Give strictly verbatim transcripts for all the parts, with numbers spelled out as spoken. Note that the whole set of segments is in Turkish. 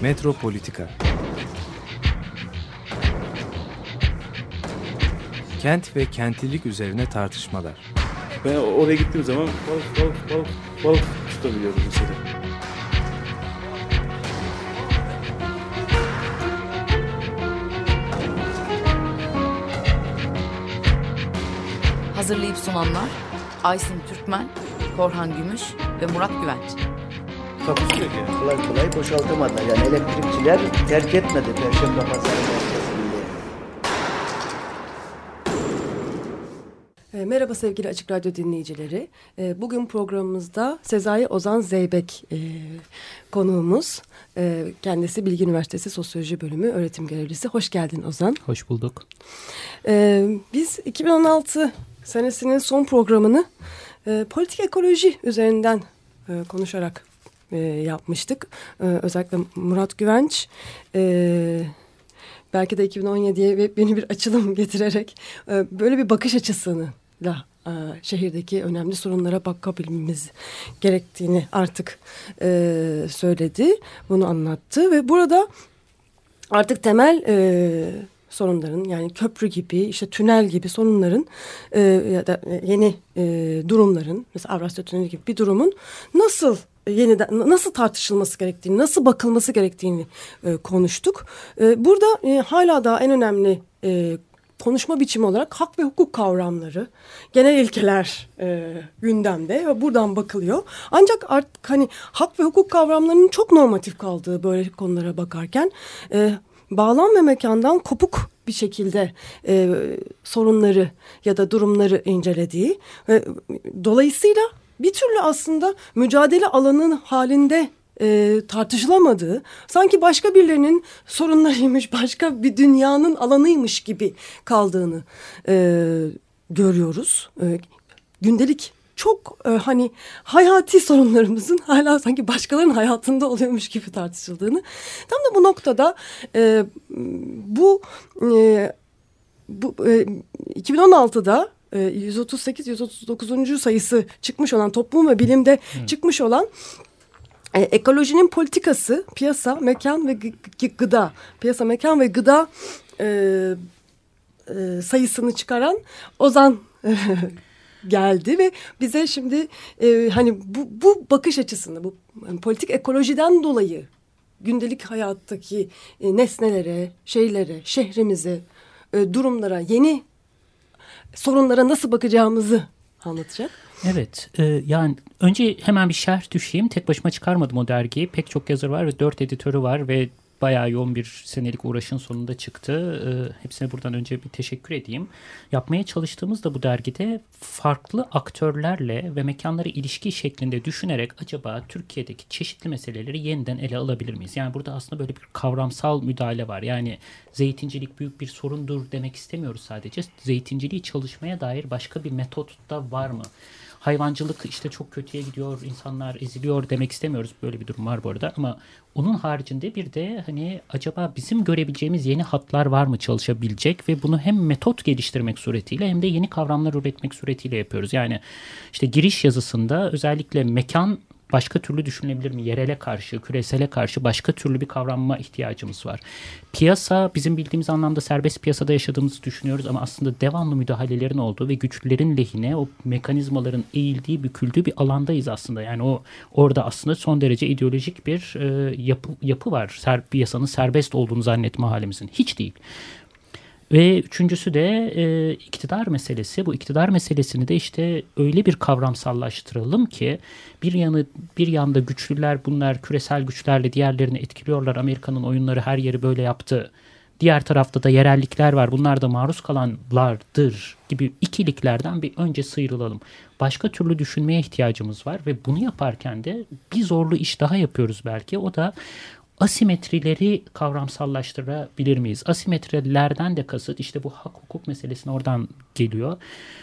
Metropolitika. Kent ve kentlilik üzerine tartışmalar. Ben oraya gittiğim zaman balık balık balık balık tutabiliyorum mesela. Hazırlayıp sunanlar Aysin Türkmen, Korhan Gümüş ve Murat Güvenç. Takusuyor yani. Kolay kolay boşaltamadılar. Yani elektrikçiler terk etmedi Perşembe Pazarı merkezinde. E, merhaba sevgili Açık Radyo dinleyicileri. E, bugün programımızda Sezai Ozan Zeybek e, konuğumuz. E, kendisi Bilgi Üniversitesi Sosyoloji Bölümü öğretim görevlisi. Hoş geldin Ozan. Hoş bulduk. E, biz iki bin on altı senesinin son programını e, politik ekoloji üzerinden e, konuşarak e, yapmıştık. E, özellikle Murat Güvenç e, belki de iki bin on yediye yeni bir açılım getirerek e, böyle bir bakış açısıyla e, şehirdeki önemli sorunlara bakabilmemiz gerektiğini artık e, söyledi. Bunu anlattı ve burada artık temel e, sorunların, yani köprü gibi, işte tünel gibi sorunların e, ya da yeni e, durumların, mesela Avrasya Tüneli gibi bir durumun nasıl yeniden nasıl tartışılması gerektiğini, nasıl bakılması gerektiğini e, konuştuk. E, burada e, hala da en önemli e, konuşma biçimi olarak hak ve hukuk kavramları, genel ilkeler e, gündemde ve buradan bakılıyor. Ancak artık hani hak ve hukuk kavramlarının çok normatif kaldığı böyle konulara bakarken e, bağlam ve mekandan kopuk bir şekilde e, sorunları ya da durumları incelediği ve dolayısıyla bir türlü aslında mücadele alanının halinde e, tartışılamadığı, sanki başka birilerinin sorunlarıymış, başka bir dünyanın alanıymış gibi kaldığını e, görüyoruz. E, gündelik çok e, hani hayati sorunlarımızın hala sanki başkalarının hayatında oluyormuş gibi tartışıldığını. Tam da bu noktada e, bu, e, bu e, iki bin on altıda yüz otuz sekiz yüz otuz dokuzuncu sayısı çıkmış olan, Toplum ve Bilim'de hmm. çıkmış olan e, ekolojinin politikası, piyasa, mekan ve gı- gıda, piyasa, mekan ve gıda e, e, sayısını çıkaran Ozan geldi ve bize şimdi e, hani bu, bu bakış açısını, bu yani politik ekolojiden dolayı gündelik hayattaki e, nesnelere, şeylere, şehrimize, e, durumlara, yeni sorunlara nasıl bakacağımızı anlatacak. Evet, e, yani önce hemen bir şerh düşeyim. Tek başıma çıkarmadım o dergiyi. Pek çok yazarı var ve dört editörü var ve bayağı yoğun bir senelik uğraşın sonunda çıktı. E, hepsine buradan önce bir teşekkür edeyim. Yapmaya çalıştığımız da bu dergide farklı aktörlerle ve mekanları ilişki şeklinde düşünerek acaba Türkiye'deki çeşitli meseleleri yeniden ele alabilir miyiz? Yani burada aslında böyle bir kavramsal müdahale var. Yani zeytincilik büyük bir sorundur demek istemiyoruz sadece. Zeytinciliği çalışmaya dair başka bir metot da var mı? Hayvancılık işte çok kötüye gidiyor, insanlar eziliyor demek istemiyoruz. Böyle bir durum var bu arada ama onun haricinde bir de hani acaba bizim görebileceğimiz yeni hatlar var mı çalışabilecek ve bunu hem metot geliştirmek suretiyle hem de yeni kavramlar üretmek suretiyle yapıyoruz. Yani işte giriş yazısında özellikle mekan başka türlü düşünülebilir mi? Yerele karşı, küresele karşı başka türlü bir kavramma ihtiyacımız var. Piyasa, bizim bildiğimiz anlamda serbest piyasada yaşadığımızı düşünüyoruz ama aslında devamlı müdahalelerin olduğu ve güçlülerin lehine o mekanizmaların eğildiği, büküldüğü bir alandayız aslında. Yani o orada aslında son derece ideolojik bir e, yapı, yapı var. Ser, piyasanın serbest olduğunu zannetme halimizin. Hiç değil. Ve üçüncüsü de e, iktidar meselesi. Bu iktidar meselesini de işte öyle bir kavramsallaştıralım ki bir yanı bir yanda güçlüler, bunlar küresel güçlerle diğerlerini etkiliyorlar. Amerika'nın oyunları her yeri böyle yaptı. Diğer tarafta da yerellikler var. Bunlar da maruz kalanlardır gibi ikiliklerden bir önce sıyrılalım. Başka türlü düşünmeye ihtiyacımız var ve bunu yaparken de bir zorlu iş daha yapıyoruz belki. O da asimetrileri kavramsallaştırabilir miyiz? Asimetrilerden de kasıt işte bu hak hukuk meselesine oradan geliyor.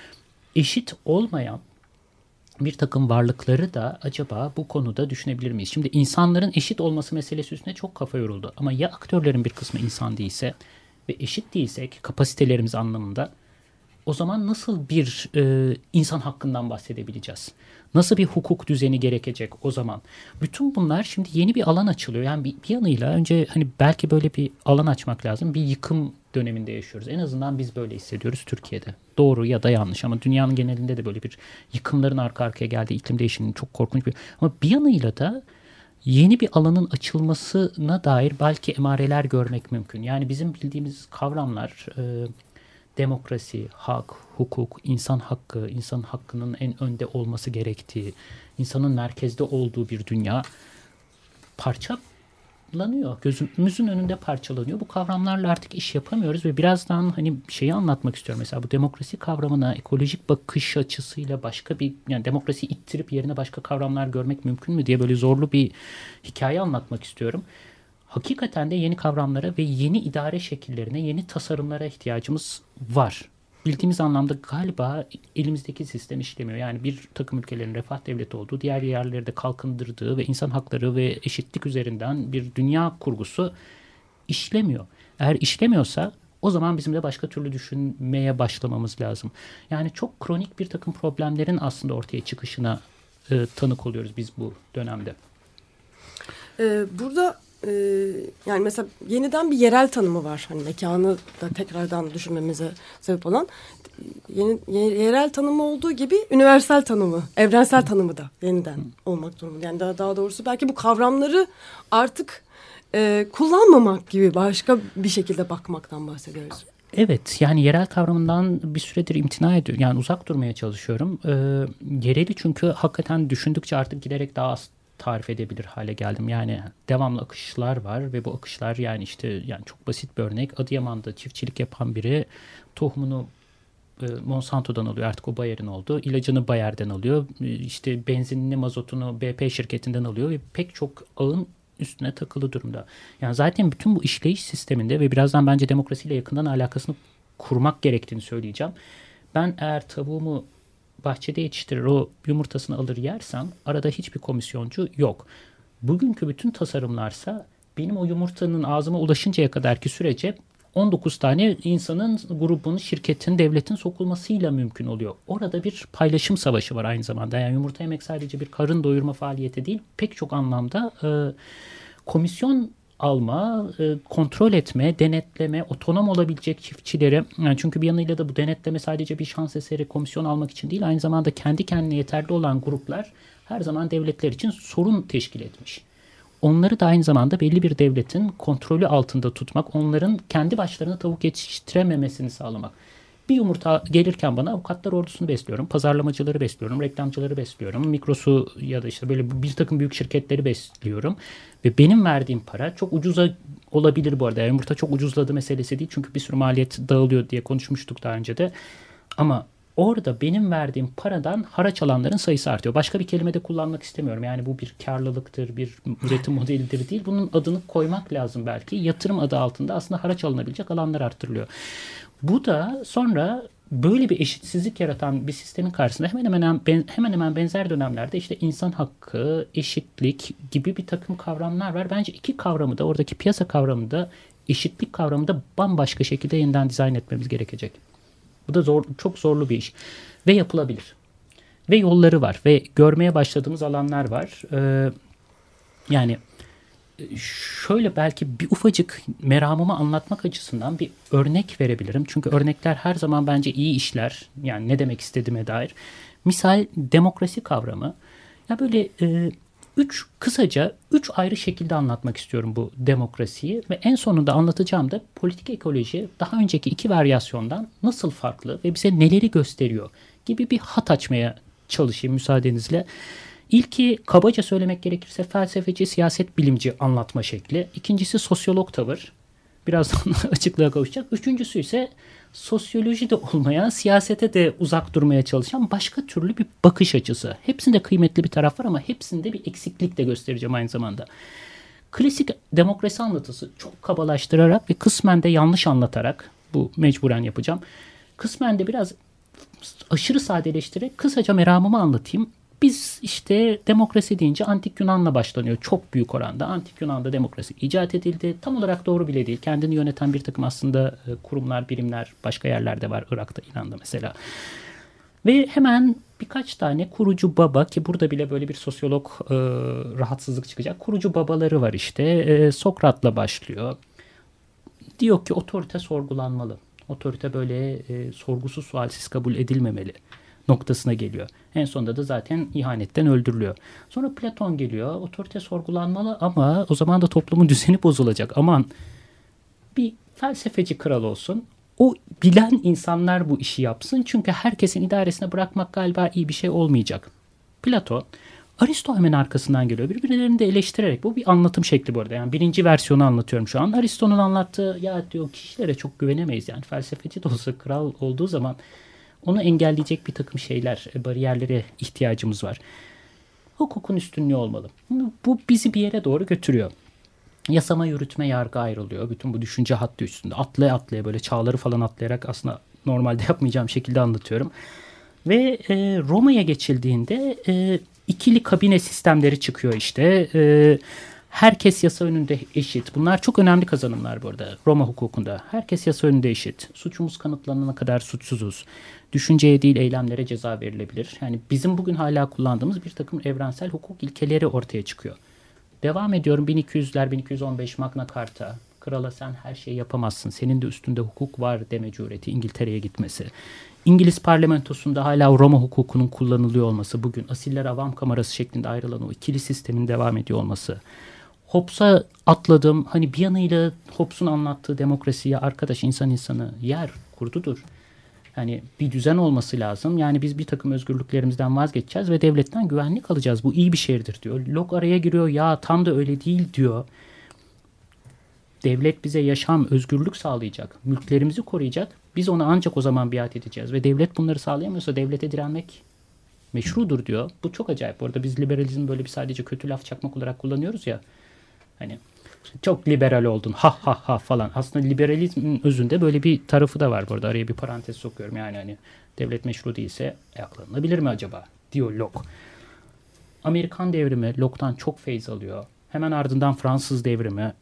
Eşit olmayan bir takım varlıkları da acaba bu konuda düşünebilir miyiz? Şimdi insanların eşit olması meselesi üstüne çok kafa yoruldu. Ama ya aktörlerin bir kısmı insan değilse ve eşit değilsek kapasitelerimiz anlamında o zaman nasıl bir e, insan hakkından bahsedebileceğiz? Nasıl bir hukuk düzeni gerekecek o zaman? Bütün bunlar şimdi yeni bir alan açılıyor. Yani bir, bir yanıyla önce hani belki böyle bir alan açmak lazım. Bir yıkım döneminde yaşıyoruz. En azından biz böyle hissediyoruz Türkiye'de. Doğru ya da yanlış ama dünyanın genelinde de böyle bir yıkımların arka arkaya geldiği, iklim değişiminin çok korkunç bir... Ama bir yanıyla da yeni bir alanın açılmasına dair belki emareler görmek mümkün. Yani bizim bildiğimiz kavramlar... E, demokrasi, hak, hukuk, insan hakkı, insan hakkının en önde olması gerektiği, insanın merkezde olduğu bir dünya parçalanıyor. Gözümüzün önünde parçalanıyor. Bu kavramlarla artık iş yapamıyoruz ve birazdan hani şeyi anlatmak istiyorum. Mesela bu demokrasi kavramına ekolojik bakış açısıyla başka bir, yani demokrasiyi ittirip yerine başka kavramlar görmek mümkün mü diye böyle zorlu bir hikaye anlatmak istiyorum. Hakikaten de yeni kavramlara ve yeni idare şekillerine, yeni tasarımlara ihtiyacımız var. Bildiğimiz anlamda galiba elimizdeki sistem işlemiyor. Yani bir takım ülkelerin refah devleti olduğu, diğer yerleri de kalkındırdığı ve insan hakları ve eşitlik üzerinden bir dünya kurgusu işlemiyor. Eğer işlemiyorsa o zaman bizim de başka türlü düşünmeye başlamamız lazım. Yani çok kronik bir takım problemlerin aslında ortaya çıkışına e, tanık oluyoruz biz bu dönemde. Ee, burada e, yani mesela yeniden bir yerel tanımı var. Hani mekanı da tekrardan düşünmemize sebep olan yeni, yerel tanımı olduğu gibi universal tanımı, evrensel tanımı da yeniden olmak durumunda. Yani daha, daha doğrusu belki bu kavramları artık e, kullanmamak gibi başka bir şekilde bakmaktan bahsediyoruz. Evet, yani yerel kavramından bir süredir imtina ediyorum. Yani uzak durmaya çalışıyorum. Ee, yereli çünkü hakikaten düşündükçe artık giderek daha az tarif edebilir hale geldim. Yani devamlı akışlar var ve bu akışlar yani işte yani çok basit bir örnek. Adıyaman'da çiftçilik yapan biri tohumunu e, Monsanto'dan alıyor. Artık o Bayer'in oldu. İlacını Bayer'den alıyor. E, işte benzinini, mazotunu B P şirketinden alıyor ve pek çok ağın üstüne takılı durumda. Yani zaten bütün bu işleyiş sisteminde ve birazdan bence demokrasiyle yakından alakasını kurmak gerektiğini söyleyeceğim. Ben eğer tavuğumu bahçede yetiştirir, o yumurtasını alır yersem arada hiçbir komisyoncu yok. Bugünkü bütün tasarımlarsa benim o yumurtanın ağzıma ulaşıncaya kadarki sürece on dokuz tane insanın, grubun, şirketin, devletin sokulmasıyla mümkün oluyor. Orada bir paylaşım savaşı var aynı zamanda. Yani yumurta yemek sadece bir karın doyurma faaliyeti değil, pek çok anlamda e, komisyon alma, e, kontrol etme, denetleme, otonom olabilecek çiftçileri, yani çünkü bir yanıyla da bu denetleme sadece bir şans eseri komisyon almak için değil, aynı zamanda kendi kendine yeterli olan gruplar her zaman devletler için sorun teşkil etmiş. Onları da aynı zamanda belli bir devletin kontrolü altında tutmak, onların kendi başlarına tavuk yetiştirememesini sağlamak. Bir yumurta gelirken bana avukatlar ordusunu besliyorum, pazarlamacıları besliyorum, reklamcıları besliyorum, Mikros'u ya da işte böyle bir takım büyük şirketleri besliyorum. Ve benim verdiğim para çok ucuza olabilir bu arada. Yani yumurta çok ucuzladı meselesi değil. Çünkü bir sürü maliyet dağılıyor diye konuşmuştuk daha önce de. Ama orada benim verdiğim paradan haraç alanların sayısı artıyor. Başka bir kelime de kullanmak istemiyorum. Yani bu bir karlılıktır, bir üretim modelidir değil. Bunun adını koymak lazım belki. Yatırım adı altında aslında haraç alınabilecek alanlar artırılıyor. Bu da sonra böyle bir eşitsizlik yaratan bir sistemin karşısında hemen hemen hemen hemen benzer dönemlerde işte insan hakkı, eşitlik gibi bir takım kavramlar var. Bence iki kavramı da, oradaki piyasa kavramı da, eşitlik kavramı da bambaşka şekilde yeniden dizayn etmemiz gerekecek. Bu da zor, çok zorlu bir iş ve yapılabilir. Ve yolları var ve görmeye başladığımız alanlar var. Ee, yani şöyle belki bir ufacık meramımı anlatmak açısından bir örnek verebilirim. Çünkü örnekler her zaman bence iyi işler. Yani ne demek istediğime dair. Misal demokrasi kavramı. Ya böyle e, üç kısaca üç ayrı şekilde anlatmak istiyorum bu demokrasiyi. Ve en sonunda anlatacağım da politik ekoloji daha önceki iki varyasyondan nasıl farklı ve bize neleri gösteriyor gibi bir hat açmaya çalışayım müsaadenizle. İlki kabaca söylemek gerekirse felsefeci, siyaset bilimci anlatma şekli. İkincisi sosyolog tavır. Birazdan açıklığa kavuşacak. Üçüncüsü ise sosyolojide olmayan, siyasete de uzak durmaya çalışan başka türlü bir bakış açısı. Hepsinde kıymetli bir taraf var ama hepsinde bir eksiklik de göstereceğim aynı zamanda. Klasik demokrasi anlatısı çok kabalaştırarak ve kısmen de yanlış anlatarak, bu mecburen yapacağım. Kısmen de biraz aşırı sadeleştirerek kısaca meramımı anlatayım. Biz işte demokrasi deyince Antik Yunan'la başlanıyor. Çok büyük oranda. Antik Yunan'da demokrasi icat edildi. Tam olarak doğru bile değil. Kendini yöneten bir takım aslında kurumlar, birimler başka yerlerde var. Irak'ta, İran'da mesela. Ve hemen birkaç tane kurucu baba, ki burada bile böyle bir sosyolog e, rahatsızlık çıkacak. Kurucu babaları var işte. E, Sokrat'la başlıyor. Diyor ki otorite sorgulanmalı. Otorite böyle e, sorgusuz sualsiz kabul edilmemeli noktasına geliyor. En sonunda da zaten ihanetten öldürülüyor. Sonra Platon geliyor. Otorite sorgulanmalı ama o zaman da toplumun düzeni bozulacak. Aman bir felsefeci kral olsun. O bilen insanlar bu işi yapsın. Çünkü herkesin idaresine bırakmak galiba iyi bir şey olmayacak. Platon, Aristo hemen arkasından geliyor. Birbirlerini de eleştirerek. Bu bir anlatım şekli bu arada. Yani birinci versiyonu anlatıyorum şu an. Aristo'nun anlattığı, ya diyor, kişilere çok güvenemeyiz. Yani felsefeci de olsa kral olduğu zaman onu engelleyecek bir takım şeyler, bariyerlere ihtiyacımız var. Hukukun üstünlüğü olmalı. Bu bizi bir yere doğru götürüyor. Yasama, yürütme, yargı ayrılıyor. Bütün bu düşünce hattı üstünde. Atlaya atlaya böyle çağları falan atlayarak aslında normalde yapmayacağım şekilde anlatıyorum. Ve e, Roma'ya geçildiğinde e, ikili kabine sistemleri çıkıyor işte. E, herkes yasa önünde eşit. Bunlar çok önemli kazanımlar bu arada Roma hukukunda. Herkes yasa önünde eşit. Suçumuz kanıtlanana kadar suçsuzuz. Düşünceye değil eylemlere ceza verilebilir. Yani bizim bugün hala kullandığımız bir takım evrensel hukuk ilkeleri ortaya çıkıyor. Devam ediyorum bin iki yüzler, bin iki yüz on beş Magna Carta. Krala sen her şeyi yapamazsın. Senin de üstünde hukuk var deme cüreti, İngiltere'ye gitmesi. İngiliz parlamentosunda hala Roma hukukunun kullanılıyor olması, bugün asiller avam kamerası şeklinde ayrılan o ikili sistemin devam ediyor olması. Hobbes'a atladım. Hani bir yanıyla Hobbes'un anlattığı demokrasiye arkadaş insan insanı yer kurdudur. Yani bir düzen olması lazım. Yani biz bir takım özgürlüklerimizden vazgeçeceğiz ve devletten güvenlik alacağız. Bu iyi bir şeydir diyor. Locke araya giriyor. Ya tam da öyle değil diyor. Devlet bize yaşam, özgürlük sağlayacak. Mülklerimizi koruyacak. Biz ona ancak o zaman biat edeceğiz. Ve devlet bunları sağlayamıyorsa devlete direnmek meşrudur diyor. Bu çok acayip. Bu arada biz liberalizm böyle bir sadece kötü laf çakmak olarak kullanıyoruz ya. Hani çok liberal oldun ha ha ha falan. Aslında liberalizmin özünde böyle bir tarafı da var. Burada araya bir parantez sokuyorum. Yani hani devlet meşru değilse ayaklanılabilir mi acaba diyor Locke. Amerikan devrimi Locke'tan çok feyz alıyor. Hemen ardından Fransız devrimi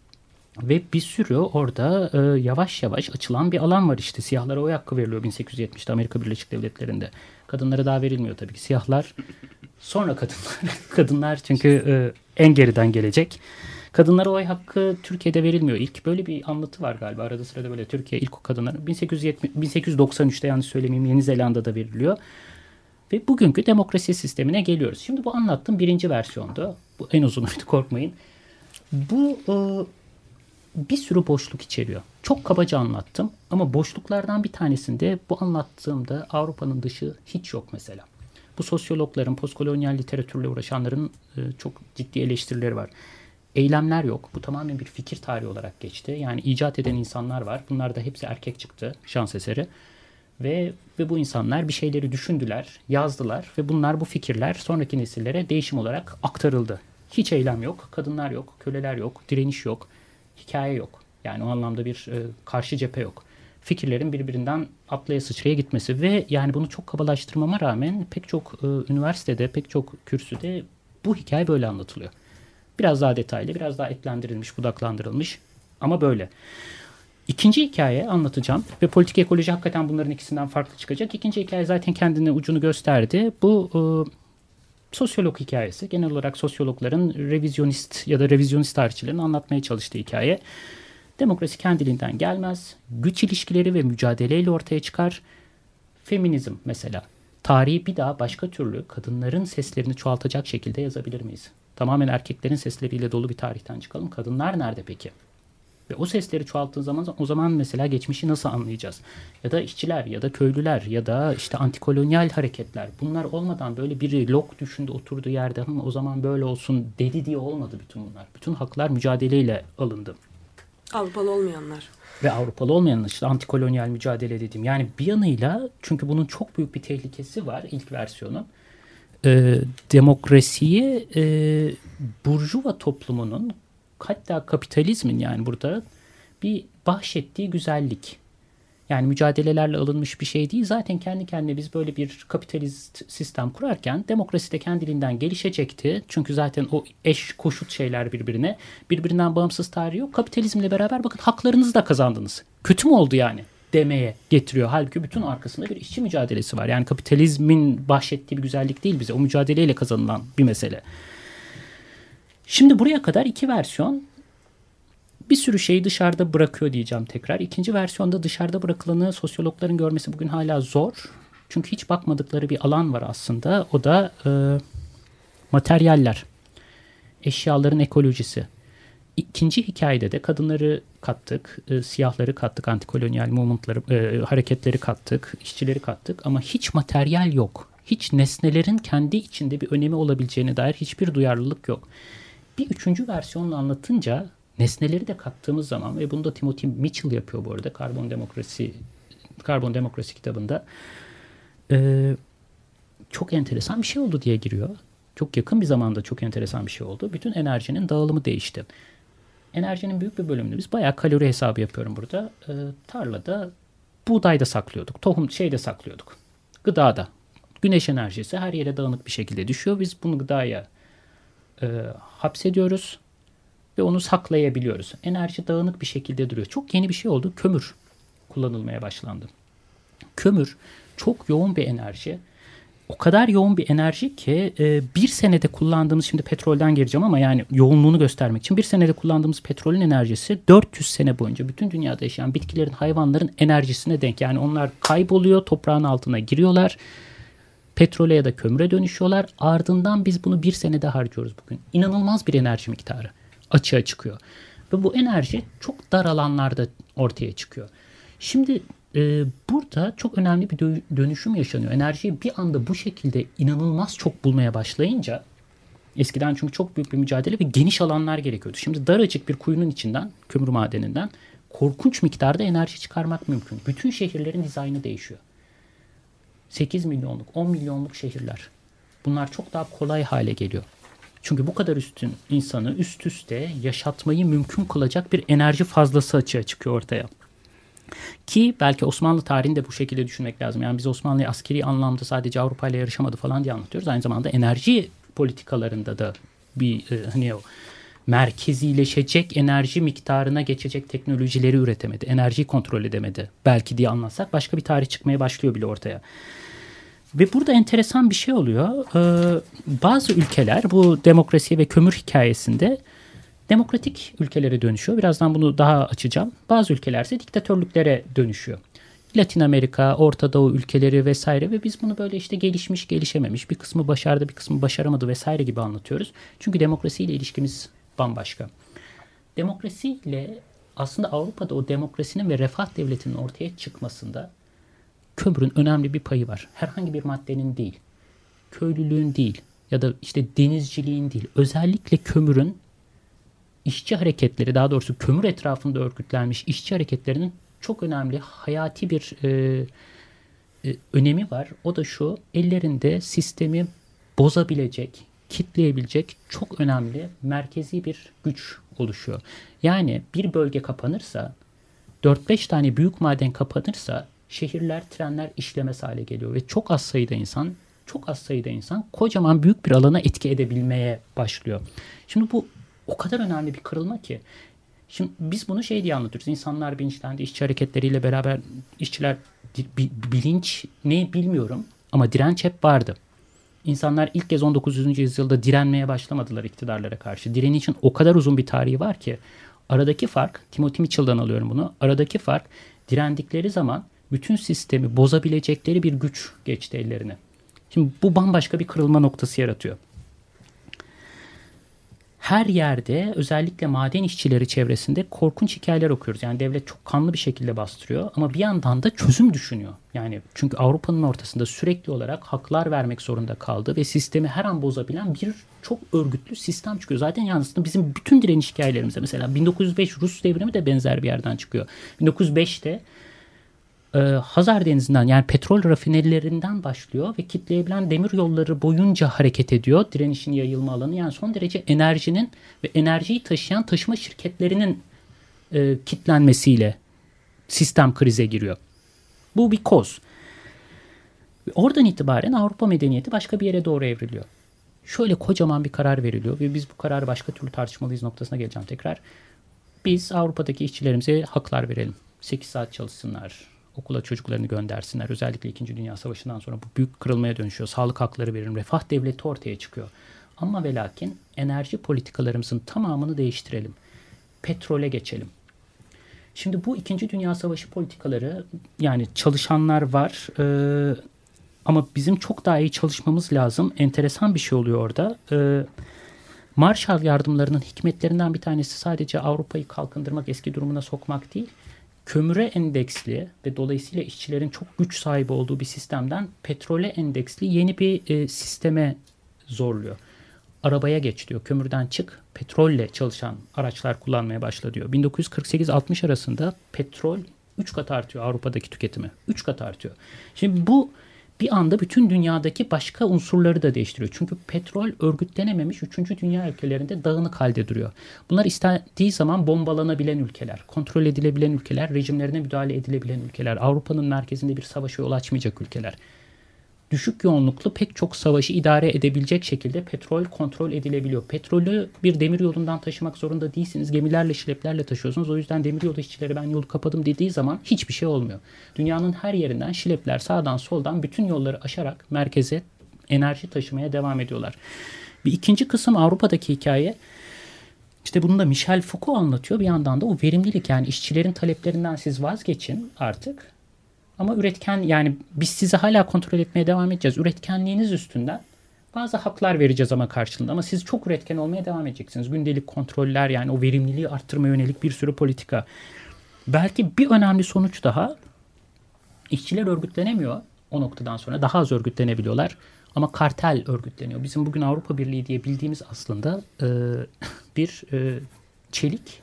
ve bir sürü orada e, yavaş yavaş açılan bir alan var işte. Siyahlara oy hakkı veriliyor bin sekiz yüz yetmişte Amerika Birleşik Devletleri'nde. Kadınlara daha verilmiyor tabii ki. Siyahlar sonra kadınlar. Kadınlar çünkü e, en geriden gelecek. Kadınlara oy hakkı Türkiye'de verilmiyor. İlk böyle bir anlatı var galiba. Arada sırada böyle Türkiye ilk o kadınlar bin sekiz yüz yetmiş, bin sekiz yüz doksan üçte yanlış söylemeyeyim Yeni Zelanda'da veriliyor. Ve bugünkü demokrasi sistemine geliyoruz. Şimdi bu anlattığım birinci versiyonda. Bu en uzunuydu korkmayın. Bu e, bir sürü boşluk içeriyor. Çok kabaca anlattım ama boşluklardan bir tanesinde bu anlattığımda Avrupa'nın dışı hiç yok mesela. Bu sosyologların, postkolonyal literatürle uğraşanların e, çok ciddi eleştirileri var. Eylemler yok. Bu tamamen bir fikir tarihi olarak geçti. Yani icat eden insanlar var. Bunlar da hepsi erkek çıktı şans eseri. Ve, ve bu insanlar bir şeyleri düşündüler, yazdılar ve bunlar bu fikirler sonraki nesillere değişim olarak aktarıldı. Hiç eylem yok, kadınlar yok, köleler yok, direniş yok, hikaye yok. Yani o anlamda bir e, karşı cephe yok. Fikirlerin birbirinden atlaya sıçraya gitmesi ve yani bunu çok kabalaştırmama rağmen pek çok e, üniversitede, pek çok kürsüde bu hikaye böyle anlatılıyor. Biraz daha detaylı, biraz daha etlendirilmiş, budaklandırılmış ama böyle. İkinci hikaye anlatacağım ve politik ekoloji hakikaten bunların ikisinden farklı çıkacak. İkinci hikaye zaten kendine ucunu gösterdi. Bu e, sosyolog hikayesi. Genel olarak sosyologların revizyonist ya da revizyonist tarihçilerin anlatmaya çalıştığı hikaye. Demokrasi kendiliğinden gelmez. Güç ilişkileri ve mücadeleyle ortaya çıkar. Feminizm mesela. Tarihi bir daha başka türlü kadınların seslerini çoğaltacak şekilde yazabilir miyiz? Tamamen erkeklerin sesleriyle dolu bir tarihten çıkalım. Kadınlar nerede peki? Ve o sesleri çoğalttığın zaman o zaman mesela geçmişi nasıl anlayacağız? Ya da işçiler ya da köylüler ya da işte antikolonyal hareketler. Bunlar olmadan böyle biri Locke düşündü oturduğu yerde ama o zaman böyle olsun dedi diye olmadı bütün bunlar. Bütün haklar mücadeleyle alındı. Avrupalı olmayanlar. Ve Avrupalı olmayanlar işte antikolonyal mücadele dediğim. Yani bir yanıyla çünkü bunun çok büyük bir tehlikesi var ilk versiyonun. Ee, demokrasiyi e, burjuva toplumunun hatta kapitalizmin yani burada bir bahşettiği güzellik. Yani mücadelelerle alınmış bir şey değil. Zaten kendi kendine biz böyle bir kapitalist sistem kurarken demokrasi de kendiliğinden gelişecekti. Çünkü zaten o eş koşut şeyler birbirine. Birbirinden bağımsız tarihi yok. Kapitalizmle beraber bakın haklarınızı da kazandınız. Kötü mü oldu yani demeye getiriyor. Halbuki bütün arkasında bir işçi mücadelesi var. Yani kapitalizmin bahşettiği bir güzellik değil bize. O mücadeleyle kazanılan bir mesele. Şimdi buraya kadar iki versiyon bir sürü şeyi dışarıda bırakıyor diyeceğim tekrar. İkinci versiyonda dışarıda bırakılanı sosyologların görmesi bugün hala zor. Çünkü hiç bakmadıkları bir alan var aslında. O da e, materyaller, eşyaların ekolojisi. İkinci hikayede de kadınları kattık, e, siyahları kattık, antikolonyal movement'ları, e, hareketleri kattık, işçileri kattık ama hiç materyal yok. Hiç nesnelerin kendi içinde bir önemi olabileceğine dair hiçbir duyarlılık yok. Bir üçüncü versiyonla anlatınca nesneleri de kattığımız zaman ve bunu da Timothy Mitchell yapıyor bu arada Karbon Demokrasi Karbon Demokrasi kitabında e, çok enteresan bir şey oldu diye giriyor. Çok yakın bir zamanda çok enteresan bir şey oldu. Bütün enerjinin dağılımı değişti. Enerjinin büyük bir bölümünü biz bayağı kalori hesabı yapıyorum burada. E, tarlada buğdayda saklıyorduk. Tohum şeyde saklıyorduk. Gıdada. Güneş enerjisi her yere dağınık bir şekilde düşüyor. Biz bunu gıdaya e, hapsediyoruz ve onu saklayabiliyoruz. Enerji dağınık bir şekilde duruyor. Çok yeni bir şey oldu. Kömür kullanılmaya başlandı. Kömür çok yoğun bir enerji. O kadar yoğun bir enerji ki e, bir senede kullandığımız, şimdi petrolden gireceğim ama yani yoğunluğunu göstermek için bir senede kullandığımız petrolün enerjisi dört yüz sene boyunca bütün dünyada yaşayan bitkilerin, hayvanların enerjisine denk. Yani onlar kayboluyor, toprağın altına giriyorlar. Petrole ya da kömüre dönüşüyorlar. Ardından biz bunu bir senede harcıyoruz bugün. İnanılmaz bir enerji miktarı açığa çıkıyor. Ve bu enerji çok dar alanlarda ortaya çıkıyor. Şimdi e, burada çok önemli bir dö- dönüşüm yaşanıyor. Enerjiyi bir anda bu şekilde inanılmaz çok bulmaya başlayınca, eskiden çünkü çok büyük bir mücadele ve geniş alanlar gerekiyordu. Şimdi daracık bir kuyunun içinden, kömür madeninden korkunç miktarda enerji çıkarmak mümkün. Bütün şehirlerin dizaynı değişiyor. sekiz milyonluk, on milyonluk şehirler. Bunlar çok daha kolay hale geliyor. Çünkü bu kadar üstün insanı üst üste yaşatmayı mümkün kılacak bir enerji fazlası açığa çıkıyor ortaya. Ki belki Osmanlı tarihini de bu şekilde düşünmek lazım. Yani biz Osmanlı'yı askeri anlamda sadece Avrupa ile yarışamadı falan diye anlatıyoruz. Aynı zamanda enerji politikalarında da bir e, hani o merkezileşecek enerji miktarına geçecek teknolojileri üretemedi. Enerjiyi kontrol edemedi. Belki diye anlatsak başka bir tarih çıkmaya başlıyor bile ortaya. Ve burada enteresan bir şey oluyor. Ee, bazı ülkeler bu demokrasi ve kömür hikayesinde demokratik ülkelere dönüşüyor. Birazdan bunu daha açacağım. Bazı ülkeler ise diktatörlüklere dönüşüyor. Latin Amerika, Orta Doğu ülkeleri vesaire ve biz bunu böyle işte gelişmiş, gelişememiş, bir kısmı başardı, bir kısmı başaramadı vesaire gibi anlatıyoruz. Çünkü demokrasiyle ilişkimiz bambaşka. Demokrasiyle aslında Avrupa'da o demokrasinin ve refah devletinin ortaya çıkmasında kömürün önemli bir payı var. Herhangi bir maddenin değil, köylülüğün değil ya da işte denizciliğin değil. Özellikle kömürün işçi hareketleri, daha doğrusu kömür etrafında örgütlenmiş işçi hareketlerinin çok önemli, hayati bir e, e, önemi var. O da şu, ellerinde sistemi bozabilecek, kitleyebilecek çok önemli merkezi bir güç oluşuyor. Yani bir bölge kapanırsa, dört beş tane büyük maden kapanırsa şehirler, trenler işlemez hale geliyor ve çok az sayıda insan, çok az sayıda insan kocaman büyük bir alana etki edebilmeye başlıyor. Şimdi bu o kadar önemli bir kırılma ki. Şimdi biz bunu şey diye anlatıyoruz. İnsanlar bilinçlendi, işçi hareketleriyle beraber işçiler bilinç ne bilmiyorum ama direnç hep vardı. İnsanlar ilk kez on dokuzuncu yüzyılda direnmeye başlamadılar iktidarlara karşı. Direnişin o kadar uzun bir tarihi var ki aradaki fark, Timothy Mitchell'dan alıyorum bunu. Aradaki fark, direndikleri zaman bütün sistemi bozabilecekleri bir güç geçti ellerine. Şimdi bu bambaşka bir kırılma noktası yaratıyor. Her yerde özellikle maden işçileri çevresinde korkunç hikayeler okuyoruz. Yani devlet çok kanlı bir şekilde bastırıyor ama bir yandan da çözüm düşünüyor. Yani çünkü Avrupa'nın ortasında sürekli olarak haklar vermek zorunda kaldı ve sistemi her an bozabilen bir çok örgütlü sistem çıkıyor. Zaten yansıtında bizim bütün direniş hikayelerimize mesela bin dokuz yüz beş Rus devrimi de benzer bir yerden çıkıyor. bin dokuz yüz beşte e, Hazar Denizi'nden yani petrol rafinerilerinden başlıyor ve kitleyebilen demir yolları boyunca hareket ediyor. Direnişin yayılma alanı yani son derece enerjinin ve enerjiyi taşıyan taşıma şirketlerinin e, kitlenmesiyle sistem krize giriyor. Bu bir koz. Oradan itibaren Avrupa medeniyeti başka bir yere doğru evriliyor. Şöyle kocaman bir karar veriliyor ve biz bu kararı başka türlü tartışmalıyız noktasına geleceğim tekrar. Biz Avrupa'daki işçilerimize haklar verelim. sekiz saat çalışsınlar, okula çocuklarını göndersinler. Özellikle İkinci Dünya Savaşı'ndan sonra bu büyük kırılmaya dönüşüyor. Sağlık hakları verin, refah devleti ortaya çıkıyor. Ama ve lakin enerji politikalarımızın tamamını değiştirelim. Petrole geçelim. Şimdi bu İkinci Dünya Savaşı politikaları, yani çalışanlar var e, ama bizim çok daha iyi çalışmamız lazım. Enteresan bir şey oluyor orada. E, Marshall yardımlarının hikmetlerinden bir tanesi sadece Avrupa'yı kalkındırmak, eski durumuna sokmak değil. Kömüre endeksli ve dolayısıyla işçilerin çok güç sahibi olduğu bir sistemden petrole endeksli yeni bir e, sisteme zorluyor. Arabaya geç diyor. Kömürden çık, petrolle çalışan araçlar kullanmaya başla diyor. bin dokuz yüz kırk sekiz altmış arasında petrol üç kat artıyor Avrupa'daki tüketimi. üç kat artıyor. Şimdi bu bir anda bütün dünyadaki başka unsurları da değiştiriyor. Çünkü petrol örgütlenememiş üçüncü dünya ülkelerinde dağınık halde duruyor. Bunlar istendiği zaman bombalanabilen ülkeler, kontrol edilebilen ülkeler, rejimlerine müdahale edilebilen ülkeler, Avrupa'nın merkezinde bir savaşa yol açmayacak ülkeler. Düşük yoğunluklu pek çok savaşı idare edebilecek şekilde petrol kontrol edilebiliyor. Petrolü bir demir yolundan taşımak zorunda değilsiniz. Gemilerle, şileplerle taşıyorsunuz. O yüzden demir yolu işçileri ben yolu kapadım dediği zaman hiçbir şey olmuyor. Dünyanın her yerinden şilepler sağdan soldan bütün yolları aşarak merkeze enerji taşımaya devam ediyorlar. Bir ikinci kısım Avrupa'daki hikaye. İşte bunu da Michel Foucault anlatıyor. Bir yandan da o verimlilik, yani işçilerin taleplerinden siz vazgeçin artık. Ama üretken, yani biz sizi hala kontrol etmeye devam edeceğiz. Üretkenliğiniz üstünden bazı haklar vereceğiz ama karşılığında. Ama siz çok üretken olmaya devam edeceksiniz. Gündelik kontroller, yani o verimliliği arttırmaya yönelik bir sürü politika. Belki bir önemli sonuç daha. İşçiler örgütlenemiyor o noktadan sonra. Daha az örgütlenebiliyorlar. Ama kartel örgütleniyor. Bizim bugün Avrupa Birliği diye bildiğimiz aslında e, bir e, çelik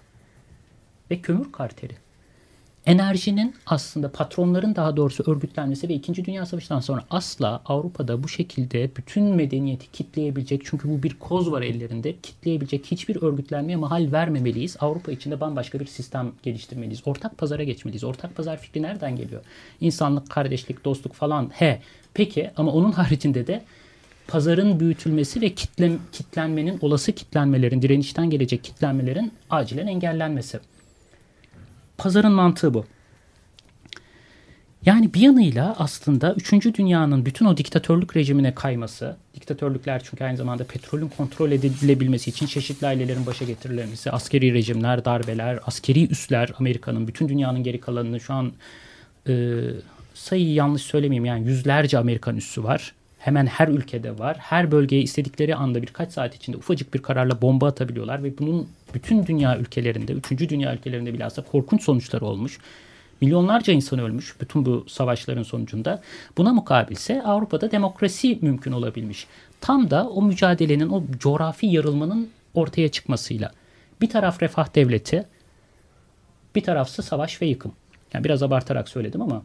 ve kömür karteli. Enerjinin aslında patronların daha doğrusu örgütlenmesi ve İkinci Dünya Savaşı'ndan sonra asla Avrupa'da bu şekilde bütün medeniyeti kitleyebilecek, çünkü bu bir koz var ellerinde, kitleyebilecek hiçbir örgütlenmeye mahal vermemeliyiz. Avrupa içinde bambaşka bir sistem geliştirmeliyiz. Ortak pazara geçmeliyiz. Ortak pazar fikri nereden geliyor? İnsanlık, kardeşlik, dostluk falan. He, peki, ama onun haricinde de pazarın büyütülmesi ve kitle, kitlenmenin, olası kitlenmelerin, direnişten gelecek kitlenmelerin acilen engellenmesi. Pazarın mantığı bu. Yani bir yanıyla aslında üçüncü dünyanın bütün o diktatörlük rejimine kayması, diktatörlükler çünkü aynı zamanda petrolün kontrol edilebilmesi için çeşitli ailelerin başa getirilmesi, askeri rejimler, darbeler, askeri üsler, Amerika'nın, bütün dünyanın geri kalanını şu an e, sayıyı yanlış söylemeyeyim, yani yüzlerce Amerikan üssü var. Hemen her ülkede var. Her bölgeye istedikleri anda birkaç saat içinde ufacık bir kararla bomba atabiliyorlar ve bunun bütün dünya ülkelerinde, üçüncü dünya ülkelerinde bilhassa korkunç sonuçları olmuş. Milyonlarca insan ölmüş bütün bu savaşların sonucunda. Buna mukabilse Avrupa'da demokrasi mümkün olabilmiş. Tam da o mücadelenin, o coğrafi yarılmanın ortaya çıkmasıyla. Bir taraf refah devleti, bir tarafsa savaş ve yıkım. Yani biraz abartarak söyledim ama.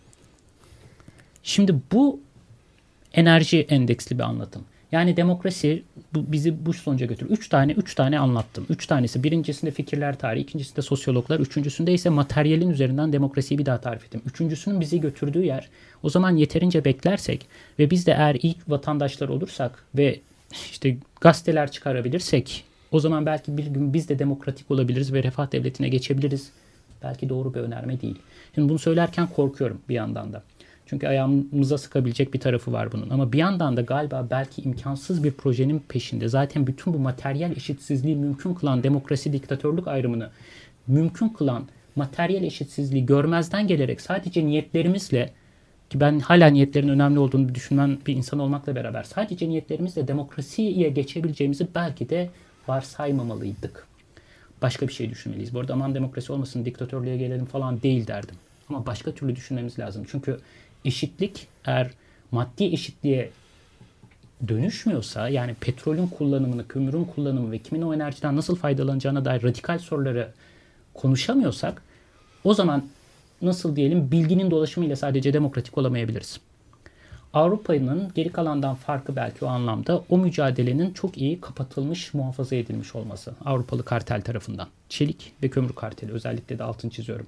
Şimdi bu enerji endeksli bir anlatım. Yani demokrasi bu, bizi bu sonuca götürüyor. Üç tane, üç tane anlattım. Üç tanesi. Birincisinde fikirler tarihi, ikincisinde sosyologlar, üçüncüsünde ise materyalin üzerinden demokrasiyi bir daha tarif ettim. Üçüncüsünün bizi götürdüğü yer, o zaman yeterince beklersek ve biz de eğer ilk vatandaşlar olursak ve işte gazeteler çıkarabilirsek, o zaman belki bir gün biz de demokratik olabiliriz ve refah devletine geçebiliriz. Belki doğru bir önerme değil. Şimdi bunu söylerken korkuyorum bir yandan da. Çünkü ayağımıza sıkabilecek bir tarafı var bunun. Ama bir yandan da galiba belki imkansız bir projenin peşinde. Zaten bütün bu materyal eşitsizliği mümkün kılan demokrasi diktatörlük ayrımını mümkün kılan materyal eşitsizliği görmezden gelerek sadece niyetlerimizle, ki ben hala niyetlerin önemli olduğunu düşünmen bir insan olmakla beraber sadece niyetlerimizle demokrasiye geçebileceğimizi belki de varsaymamalıydık. Başka bir şey düşünmeliyiz. Bu arada aman demokrasi olmasın, diktatörlüğe gelelim falan değil derdim. Ama başka türlü düşünmemiz lazım. Çünkü eşitlik eğer maddi eşitliğe dönüşmüyorsa, yani petrolün kullanımını, kömürün kullanımı ve kimin o enerjiden nasıl faydalanacağına dair radikal soruları konuşamıyorsak, o zaman nasıl diyelim bilginin dolaşımıyla sadece demokratik olamayabiliriz. Avrupa'nın geri kalandan farkı belki o anlamda o mücadelenin çok iyi kapatılmış, muhafaza edilmiş olması Avrupalı kartel tarafından. Çelik ve kömür karteli özellikle de altını çiziyorum.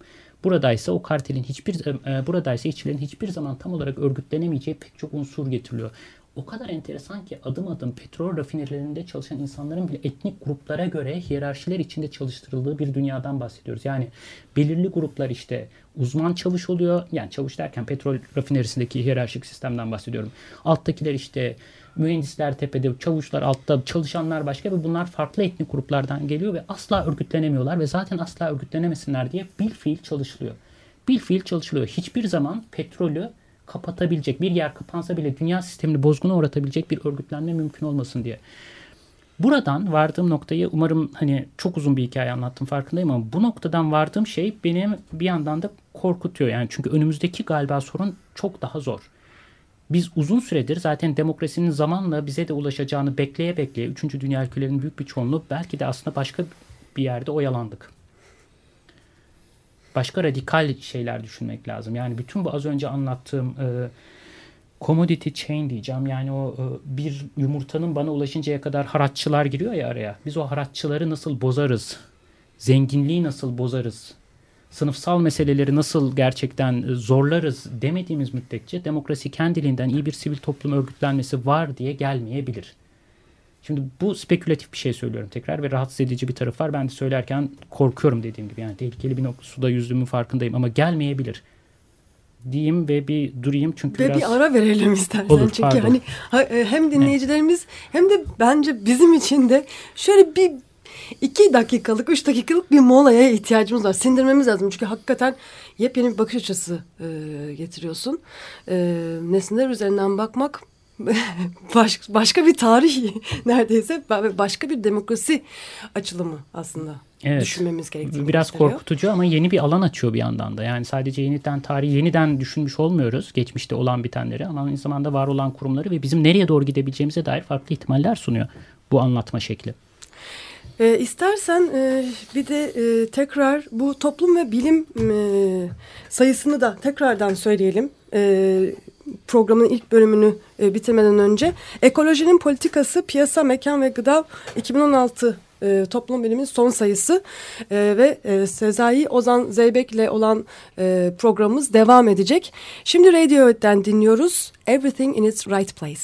Buradaysa o kartelin hiçbir e, buradaysa işçilerin hiçbir zaman tam olarak örgütlenemeyeceği pek çok unsur getiriliyor. O kadar enteresan ki adım adım petrol rafinerilerinde çalışan insanların bile etnik gruplara göre hiyerarşiler içinde çalıştırıldığı bir dünyadan bahsediyoruz. Yani belirli gruplar işte uzman çavuş oluyor. Yani çavuş derken petrol rafinerisindeki hiyerarşik sistemden bahsediyorum. Alttakiler işte mühendisler tepede, çavuşlar altta, çalışanlar başka ve bunlar farklı etnik gruplardan geliyor ve asla örgütlenemiyorlar ve zaten asla örgütlenemesinler diye bilfiil çalışılıyor. Bilfiil çalışılıyor. Hiçbir zaman petrolü kapatabilecek, bir yer kapansa bile dünya sistemini bozguna uğratabilecek bir örgütlenme mümkün olmasın diye. Buradan vardığım noktayı umarım hani çok uzun bir hikaye anlattım farkındayım ama bu noktadan vardığım şey benim bir yandan da korkutuyor. Yani çünkü önümüzdeki galiba sorun çok daha zor. Biz uzun süredir zaten demokrasinin zamanla bize de ulaşacağını bekleye bekleye üçüncü dünya ülkelerinin büyük bir çoğunluğu belki de aslında başka bir yerde oyalandık. Başka radikal şeyler düşünmek lazım. Yani bütün bu az önce anlattığım e, commodity chain diyeceğim. Yani o e, bir yumurtanın bana ulaşıncaya kadar haratçılar giriyor ya araya. Biz o haratçıları nasıl bozarız? Zenginliği nasıl bozarız? Sınıfsal meseleleri nasıl gerçekten zorlarız demediğimiz müddetçe demokrasi kendiliğinden iyi bir sivil toplum örgütlenmesi var diye gelmeyebilir. Şimdi bu spekülatif bir şey söylüyorum tekrar ve rahatsız edici bir tarafı var. Ben de söylerken korkuyorum dediğim gibi. Yani tehlikeli bir nokta, suda yüzdüğümün farkındayım ama gelmeyebilir diyeyim ve bir durayım çünkü ve biraz... bir ara verelim istersen. Olur, çünkü pardon. hani hem dinleyicilerimiz hem de bence bizim için de şöyle bir iki dakikalık, üç dakikalık bir molaya ihtiyacımız var. Sindirmemiz lazım. Çünkü hakikaten yepyeni bir bakış açısı e, getiriyorsun. E, nesneler üzerinden bakmak baş, başka bir tarih neredeyse başka bir demokrasi açılımı aslında. Evet. Düşünmemiz gerektiğini biraz gösteriyor. Korkutucu ama yeni bir alan açıyor bir yandan da. Yani sadece yeniden tarihi yeniden düşünmüş olmuyoruz. Geçmişte olan bitenleri ama aynı zamanda var olan kurumları ve bizim nereye doğru gidebileceğimize dair farklı ihtimaller sunuyor bu anlatma şekli. E, istersen e, bir de e, tekrar bu toplum ve bilim e, sayısını da tekrardan söyleyelim. E, programın ilk bölümünü e, bitirmeden önce. Ekolojinin politikası, piyasa, mekan ve gıda iki bin on altı e, toplum bilimin son sayısı e, ve e, Sezai Ozan Zeybek ile olan e, programımız devam edecek. Şimdi Radiohead'den dinliyoruz. Everything in its right place.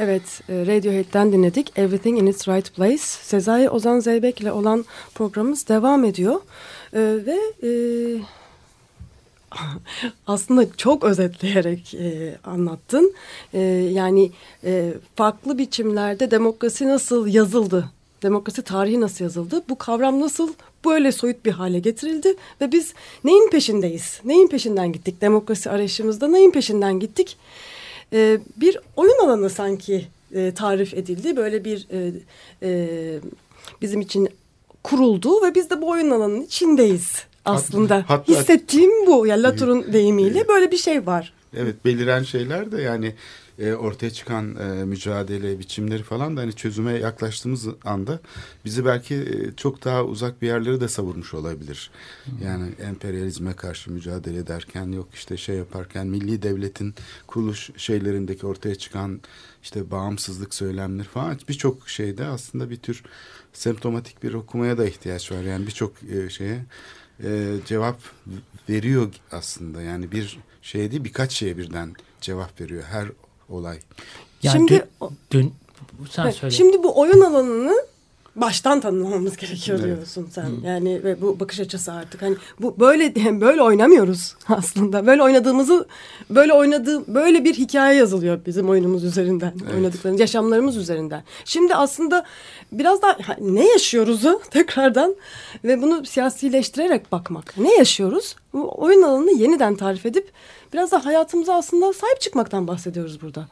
Evet, Radiohead'den dinledik. Everything in its Right Place. Sezai Ozan Zeybek ile olan programımız devam ediyor. Ee, ve e, aslında çok özetleyerek e, anlattın. E, yani e, farklı biçimlerde demokrasi nasıl yazıldı? Demokrasi tarihi nasıl yazıldı? Bu kavram nasıl böyle soyut bir hale getirildi? Ve biz neyin peşindeyiz? Neyin peşinden gittik? Demokrasi arayışımızda neyin peşinden gittik? Ee, bir oyun alanı sanki e, tarif edildi. Böyle bir e, e, bizim için kuruldu ve biz de bu oyun alanının içindeyiz aslında. Hatta, hatta, Hissettiğim bu. Yani Latour'un deyimiyle böyle bir şey var. Evet, beliren şeyler de yani e, ortaya çıkan e, mücadele biçimleri falan da hani çözüme yaklaştığımız anda bizi belki e, çok daha uzak bir yerlere de savurmuş olabilir. Hmm. Yani emperyalizme karşı mücadele ederken, yok işte şey yaparken, milli devletin kuruluş şeylerindeki ortaya çıkan işte bağımsızlık söylemleri falan, birçok şeyde aslında bir tür semptomatik bir okumaya da ihtiyaç var. Yani birçok e, şeye e, cevap veriyor aslında. Yani bir şey değil, birkaç şeye birden cevap veriyor her olay. Yani şimdi dün, dün sen evet, söyle. Şimdi bu oyun alanını baştan tanımlamamız gerekiyor evet. diyorsun sen. Hı. Yani ve bu bakış açısı artık hani bu böyle böyle oynamıyoruz aslında. Böyle oynadığımızı böyle oynadığı böyle bir hikaye yazılıyor bizim oyunumuz üzerinden. Evet. Oynadıklarımız, yaşamlarımız üzerinden. Şimdi aslında biraz daha ne yaşıyoruzu tekrardan ve bunu siyasileştirerek bakmak. Ne yaşıyoruz? Bu oyun alanını yeniden tarif edip biraz da hayatımıza aslında sahip çıkmaktan bahsediyoruz burada.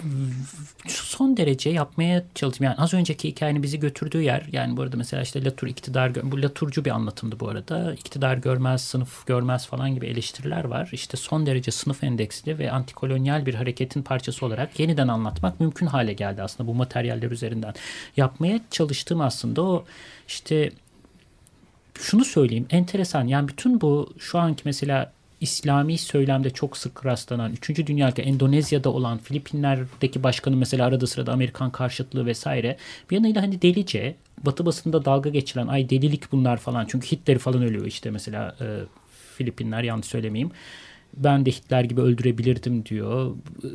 Son derece yapmaya çalıştım. Yani az önceki hikayenin bizi götürdüğü yer, yani bu arada mesela işte Latour iktidar, bu Latourcu bir anlatımdı bu arada. İktidar görmez, sınıf görmez falan gibi eleştiriler var. İşte son derece sınıf endeksli ve antikolonyal bir hareketin parçası olarak yeniden anlatmak mümkün hale geldi aslında bu materyaller üzerinden. Yapmaya çalıştığım aslında o işte şunu söyleyeyim, enteresan yani bütün bu şu anki mesela İslami söylemde çok sık rastlanan, üçüncü Dünya ülke Endonezya'da olan, Filipinler'deki başkanın mesela arada sırada Amerikan karşıtlığı vesaire, bir yanıyla hani delice, Batı basında dalga geçilen ay delilik bunlar falan, çünkü Hitler falan ölüyor işte mesela e, Filipinler, yanlış söylemeyeyim, ben de Hitler gibi öldürebilirdim diyor. E,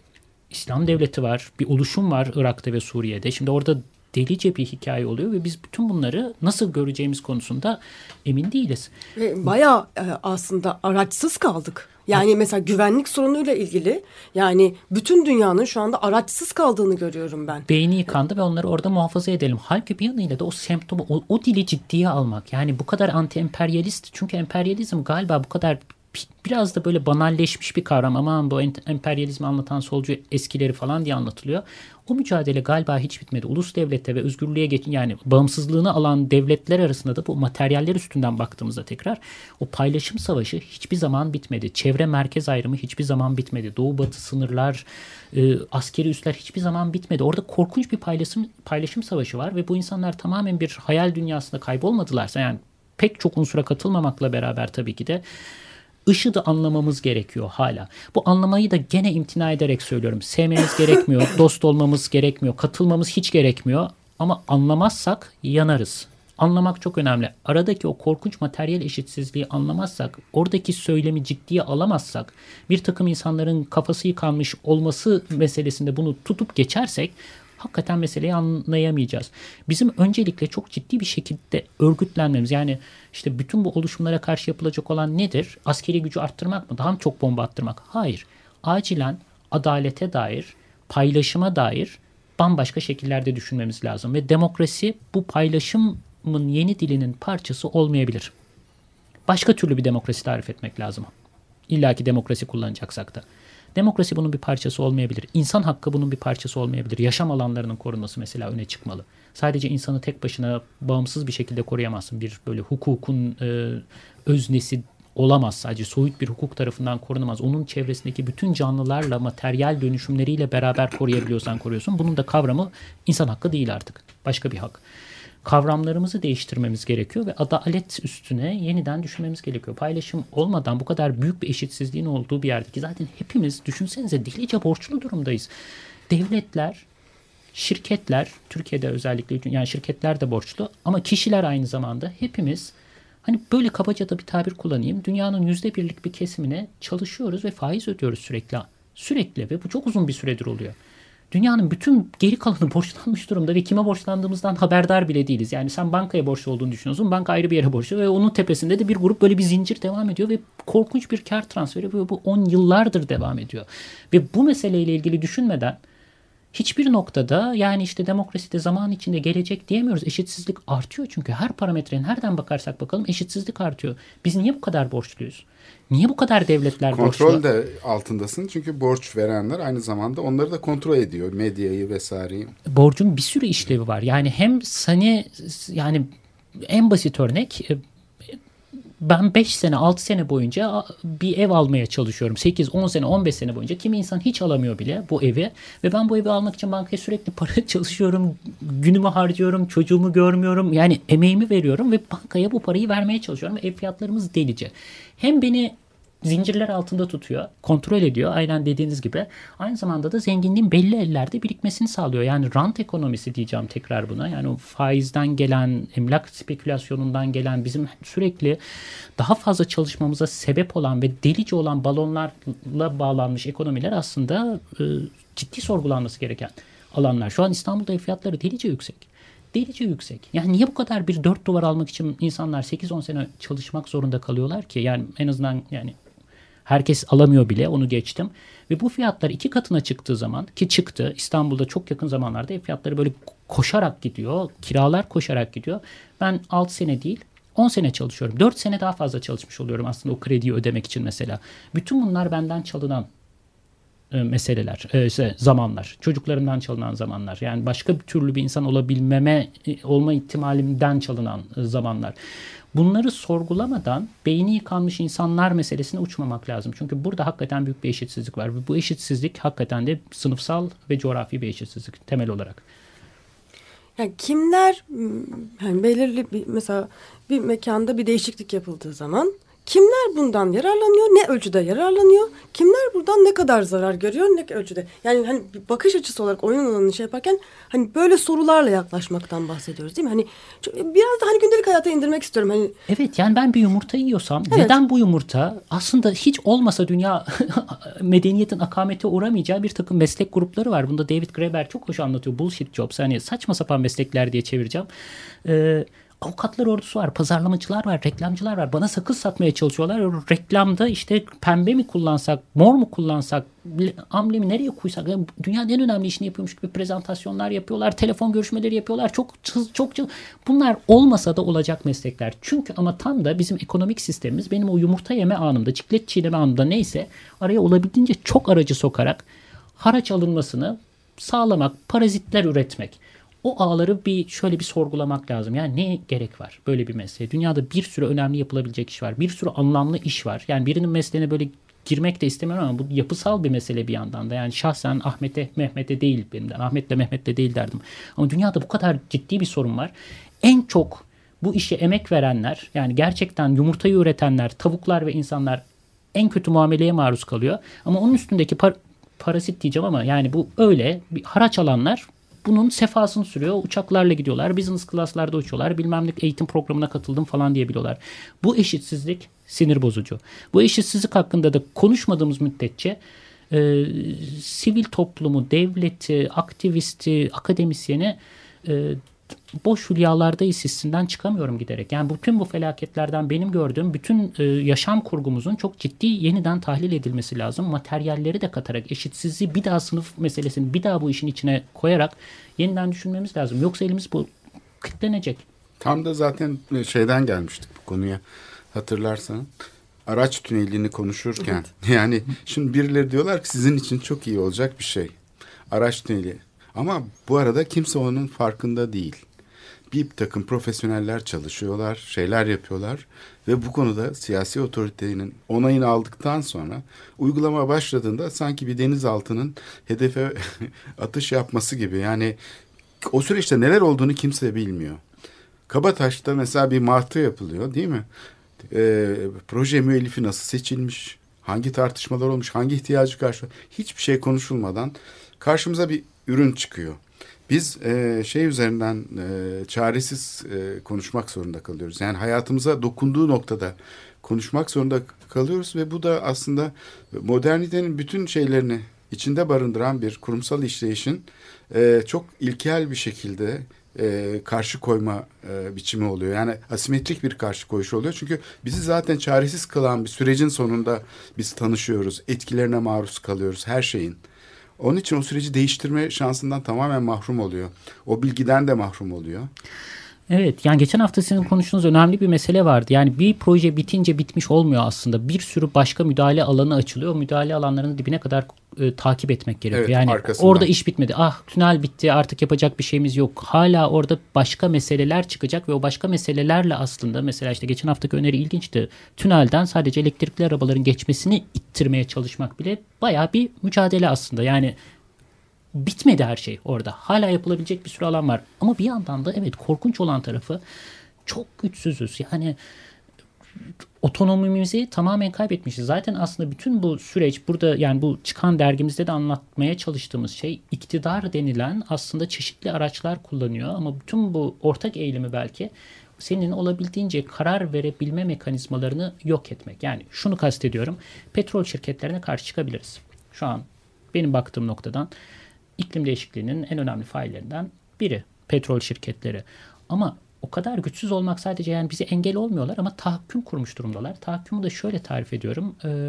İslam devleti var, bir oluşum var Irak'ta ve Suriye'de, şimdi orada delice bir hikaye oluyor ve biz bütün bunları nasıl göreceğimiz konusunda emin değiliz. Bayağı aslında araçsız kaldık. Yani ha. mesela güvenlik sorunuyla ilgili yani bütün dünyanın şu anda araçsız kaldığını görüyorum ben. Beyni yıkandı ve onları orada muhafaza edelim. Halbuki bir yanıyla da o semptomu, o, o dili ciddiye almak. Yani bu kadar anti-emperyalist, çünkü emperyalizm galiba bu kadar biraz da böyle banalleşmiş bir kavram. Aman bu emperyalizmi anlatan solcu eskileri falan diye anlatılıyor. O mücadele galiba hiç bitmedi. Ulus devlete ve özgürlüğe geçin, yani bağımsızlığını alan devletler arasında da bu materyaller üstünden baktığımızda tekrar o paylaşım savaşı hiçbir zaman bitmedi. Çevre merkez ayrımı hiçbir zaman bitmedi. Doğu batı sınırlar, e, askeri üsler hiçbir zaman bitmedi. Orada korkunç bir paylaşım paylaşım savaşı var ve bu insanlar tamamen bir hayal dünyasında kaybolmadılarsa, yani pek çok unsura katılmamakla beraber tabii ki de IŞİD'i anlamamız gerekiyor hala. Bu anlamayı da gene imtina ederek söylüyorum. Sevmemiz gerekmiyor, dost olmamız gerekmiyor, katılmamız hiç gerekmiyor. Ama anlamazsak yanarız. Anlamak çok önemli. Aradaki o korkunç materyal eşitsizliği anlamazsak, oradaki söylemi ciddiye alamazsak, bir takım insanların kafası yıkanmış olması meselesinde bunu tutup geçersek, hakikaten meseleyi anlayamayacağız. Bizim öncelikle çok ciddi bir şekilde örgütlenmemiz, yani işte bütün bu oluşumlara karşı yapılacak olan nedir? Askeri gücü arttırmak mı? Daha mı çok bomba attırmak? Hayır. Acilen adalete dair, paylaşıma dair bambaşka şekillerde düşünmemiz lazım. Ve demokrasi bu paylaşımın yeni dilinin parçası olmayabilir. Başka türlü bir demokrasi tarif etmek lazım. İlla ki demokrasi kullanacaksak da. Demokrasi bunun bir parçası olmayabilir. İnsan hakkı bunun bir parçası olmayabilir. Yaşam alanlarının korunması mesela öne çıkmalı. Sadece insanı tek başına bağımsız bir şekilde koruyamazsın. Bir böyle hukukun e, öznesi olamaz. Sadece soyut bir hukuk tarafından korunamaz. Onun çevresindeki bütün canlılarla, materyal dönüşümleriyle beraber koruyabiliyorsan koruyorsun. Bunun da kavramı insan hakkı değil artık. Başka bir hak. Kavramlarımızı değiştirmemiz gerekiyor ve adalet üstüne yeniden düşünmemiz gerekiyor. Paylaşım olmadan bu kadar büyük bir eşitsizliğin olduğu bir yerde ki zaten hepimiz düşünsenize delice borçlu durumdayız. Devletler, şirketler, Türkiye'de özellikle yani şirketler de borçlu ama kişiler aynı zamanda hepimiz hani böyle kabaca da bir tabir kullanayım. Dünyanın yüzde birlik bir kesimine çalışıyoruz ve faiz ödüyoruz sürekli. Sürekli ve bu çok uzun bir süredir oluyor. Dünyanın bütün geri kalanı borçlanmış durumda ve kime borçlandığımızdan haberdar bile değiliz. Yani sen bankaya borçlu olduğunu düşünüyorsun. Banka ayrı bir yere borçlu ve onun tepesinde de bir grup, böyle bir zincir devam ediyor ve korkunç bir kar transferi ve bu on yıllardır devam ediyor. Ve bu meseleyle ilgili düşünmeden hiçbir noktada, yani işte demokraside zaman içinde gelecek diyemiyoruz. Eşitsizlik artıyor çünkü her parametrenin, nereden bakarsak bakalım eşitsizlik artıyor. Biz niye bu kadar borçluyuz? Niye bu kadar devletler borçlu? Kontrol de altındasın çünkü borç verenler aynı zamanda onları da kontrol ediyor. Medyayı vesaireyi. Borcun bir sürü işlevi var. Yani hem seni, yani en basit örnek, ben beş sene altı sene boyunca bir ev almaya çalışıyorum. sekiz on sene on beş sene boyunca kimi insan hiç alamıyor bile bu evi. Ve ben bu evi almak için bankaya sürekli para çalışıyorum. Günümü harcıyorum. Çocuğumu görmüyorum. Yani emeğimi veriyorum ve bankaya bu parayı vermeye çalışıyorum. Ve ev fiyatlarımız delice. Hem beni zincirler altında tutuyor, kontrol ediyor aynen dediğiniz gibi. Aynı zamanda da zenginliğin belli ellerde birikmesini sağlıyor. Yani rant ekonomisi diyeceğim tekrar buna. Yani o faizden gelen, emlak spekülasyonundan gelen, bizim sürekli daha fazla çalışmamıza sebep olan ve delice olan balonlarla bağlanmış ekonomiler aslında e, ciddi sorgulanması gereken alanlar. Şu an İstanbul'da ev fiyatları delice yüksek. Delice yüksek. Yani niye bu kadar bir dört duvar almak için insanlar sekiz on sene çalışmak zorunda kalıyorlar ki? Yani en azından yani herkes alamıyor bile, onu geçtim. Ve bu fiyatlar iki katına çıktığı zaman, ki çıktı, İstanbul'da çok yakın zamanlarda ev fiyatları böyle koşarak gidiyor. Kiralar koşarak gidiyor. Ben altı sene değil on sene çalışıyorum. dört sene daha fazla çalışmış oluyorum aslında o krediyi ödemek için mesela. Bütün bunlar benden çalınan e, meseleler, e, işte zamanlar. Çocuklarımdan çalınan zamanlar. Yani başka bir türlü bir insan olabilmeme, olma ihtimalimden çalınan e, zamanlar. Bunları sorgulamadan beyni yıkanmış insanlar meselesine uçmamak lazım. Çünkü burada hakikaten büyük bir eşitsizlik var. Ve bu eşitsizlik hakikaten de sınıfsal ve coğrafi bir eşitsizlik temel olarak. Yani kimler, yani belirli bir, mesela bir mekanda bir değişiklik yapıldığı zaman kimler bundan yararlanıyor, ne ölçüde yararlanıyor, kimler buradan ne kadar zarar görüyor, ne ölçüde. Yani hani bir bakış açısı olarak oyun alanını şey yaparken hani böyle sorularla yaklaşmaktan bahsediyoruz değil mi? Hani biraz da hani gündelik hayata indirmek istiyorum. Hani evet, yani ben bir yumurta yiyorsam evet, neden bu yumurta aslında hiç olmasa dünya medeniyetin akamete uğramayacağı bir takım meslek grupları var. Bunda David Graeber çok hoş anlatıyor. Bullshit jobs, hani saçma sapan meslekler diye çevireceğim. Eee Avukatlar ordusu var, pazarlamacılar var, reklamcılar var. Bana sakız satmaya çalışıyorlar. O reklamda işte pembe mi kullansak, mor mu kullansak, amblemi nereye koysak? Yani dünyanın en önemli işini yapıyormuş gibi prezentasyonlar yapıyorlar, telefon görüşmeleri yapıyorlar. Çok çok çok bunlar olmasa da olacak meslekler. Çünkü ama tam da bizim ekonomik sistemimiz benim o yumurta yeme anımda, çiklet çiğneme anımda neyse araya olabildiğince çok aracı sokarak haraç alınmasını sağlamak, parazitler üretmek. O ağları bir şöyle bir sorgulamak lazım. Yani ne gerek var böyle bir mesleğe? Dünyada bir sürü önemli yapılabilecek iş var. Bir sürü anlamlı iş var. Yani birinin mesleğine böyle girmek de istemiyorum ama bu yapısal bir mesele bir yandan da. Yani şahsen Ahmet'e, Mehmet'e değil benimden. Ahmet'le Mehmet'le değil derdim. Ama dünyada bu kadar ciddi bir sorun var. En çok bu işe emek verenler, yani gerçekten yumurtayı üretenler, tavuklar ve insanlar en kötü muameleye maruz kalıyor. Ama onun üstündeki par- parasit diyeceğim ama yani bu öyle bir haraç alanlar bunun sefasını sürüyor. Uçaklarla gidiyorlar. Business class'larda uçuyorlar. Bilmem ne eğitim programına katıldım falan diyebiliyorlar. Bu eşitsizlik sinir bozucu. Bu eşitsizlik hakkında da konuşmadığımız müddetçe e, sivil toplumu, devleti, aktivisti, akademisyeni e, boş hülyalardayız hissinden çıkamıyorum giderek. Yani bütün bu felaketlerden benim gördüğüm bütün e, yaşam kurgumuzun çok ciddi yeniden tahlil edilmesi lazım. Materyalleri de katarak, eşitsizliği bir daha, sınıf meselesini bir daha bu işin içine koyarak yeniden düşünmemiz lazım. Yoksa elimiz bu kilitlenecek. Tam da zaten şeyden gelmiştik bu konuya, hatırlarsan. Araç tünelini konuşurken evet. Yani şimdi birileri diyorlar ki sizin için çok iyi olacak bir şey. Araç tüneli. Ama bu arada kimse onun farkında değil. Bir takım profesyoneller çalışıyorlar, şeyler yapıyorlar ve bu konuda siyasi otoritenin onayını aldıktan sonra uygulama başladığında sanki bir denizaltının hedefe atış yapması gibi. Yani o süreçte neler olduğunu kimse bilmiyor. Kabataş'ta mesela bir martı yapılıyor değil mi? Ee, proje müellifi nasıl seçilmiş, hangi tartışmalar olmuş, hangi ihtiyacı karşı, hiçbir şey konuşulmadan karşımıza bir ürün çıkıyor. Biz e, şey üzerinden e, çaresiz e, konuşmak zorunda kalıyoruz. Yani hayatımıza dokunduğu noktada konuşmak zorunda kalıyoruz ve bu da aslında modernitenin bütün şeylerini içinde barındıran bir kurumsal işleyişin e, çok ilkel bir şekilde e, karşı koyma e, biçimi oluyor. Yani asimetrik bir karşı koyuş oluyor. Çünkü bizi zaten çaresiz kılan bir sürecin sonunda biz tanışıyoruz. Etkilerine maruz kalıyoruz her şeyin. Onun için o süreci değiştirme şansından tamamen mahrum oluyor. O bilgiden de mahrum oluyor. Evet, yani geçen hafta sizin konuştuğunuz önemli bir mesele vardı. Yani bir proje bitince bitmiş olmuyor aslında. Bir sürü başka müdahale alanı açılıyor. O müdahale alanlarının dibine kadar e, takip etmek gerekiyor. Evet, yani arkasından. Orada iş bitmedi. Ah, tünel bitti, artık yapacak bir şeyimiz yok. Hala orada başka meseleler çıkacak ve o başka meselelerle aslında, mesela işte geçen haftaki öneri ilginçti. Tünelden sadece elektrikli arabaların geçmesini ittirmeye çalışmak bile bayağı bir mücadele aslında. Yani bitmedi her şey orada. Hala yapılabilecek bir sürü alan var. Ama bir yandan da evet, korkunç olan tarafı çok güçsüzüz. Yani otonomimizi tamamen kaybetmişiz. Zaten aslında bütün bu süreç burada, yani bu çıkan dergimizde de anlatmaya çalıştığımız şey, iktidar denilen aslında çeşitli araçlar kullanıyor ama bütün bu ortak eğilimi belki senin olabildiğince karar verebilme mekanizmalarını yok etmek. Yani şunu kastediyorum. Petrol şirketlerine karşı çıkabiliriz. Şu an benim baktığım noktadan iklim değişikliğinin en önemli faillerinden biri petrol şirketleri. Ama o kadar güçsüz olmak sadece, yani bize engel olmuyorlar ama tahakküm kurmuş durumdalar. Tahakkümü de şöyle tarif ediyorum. Ee,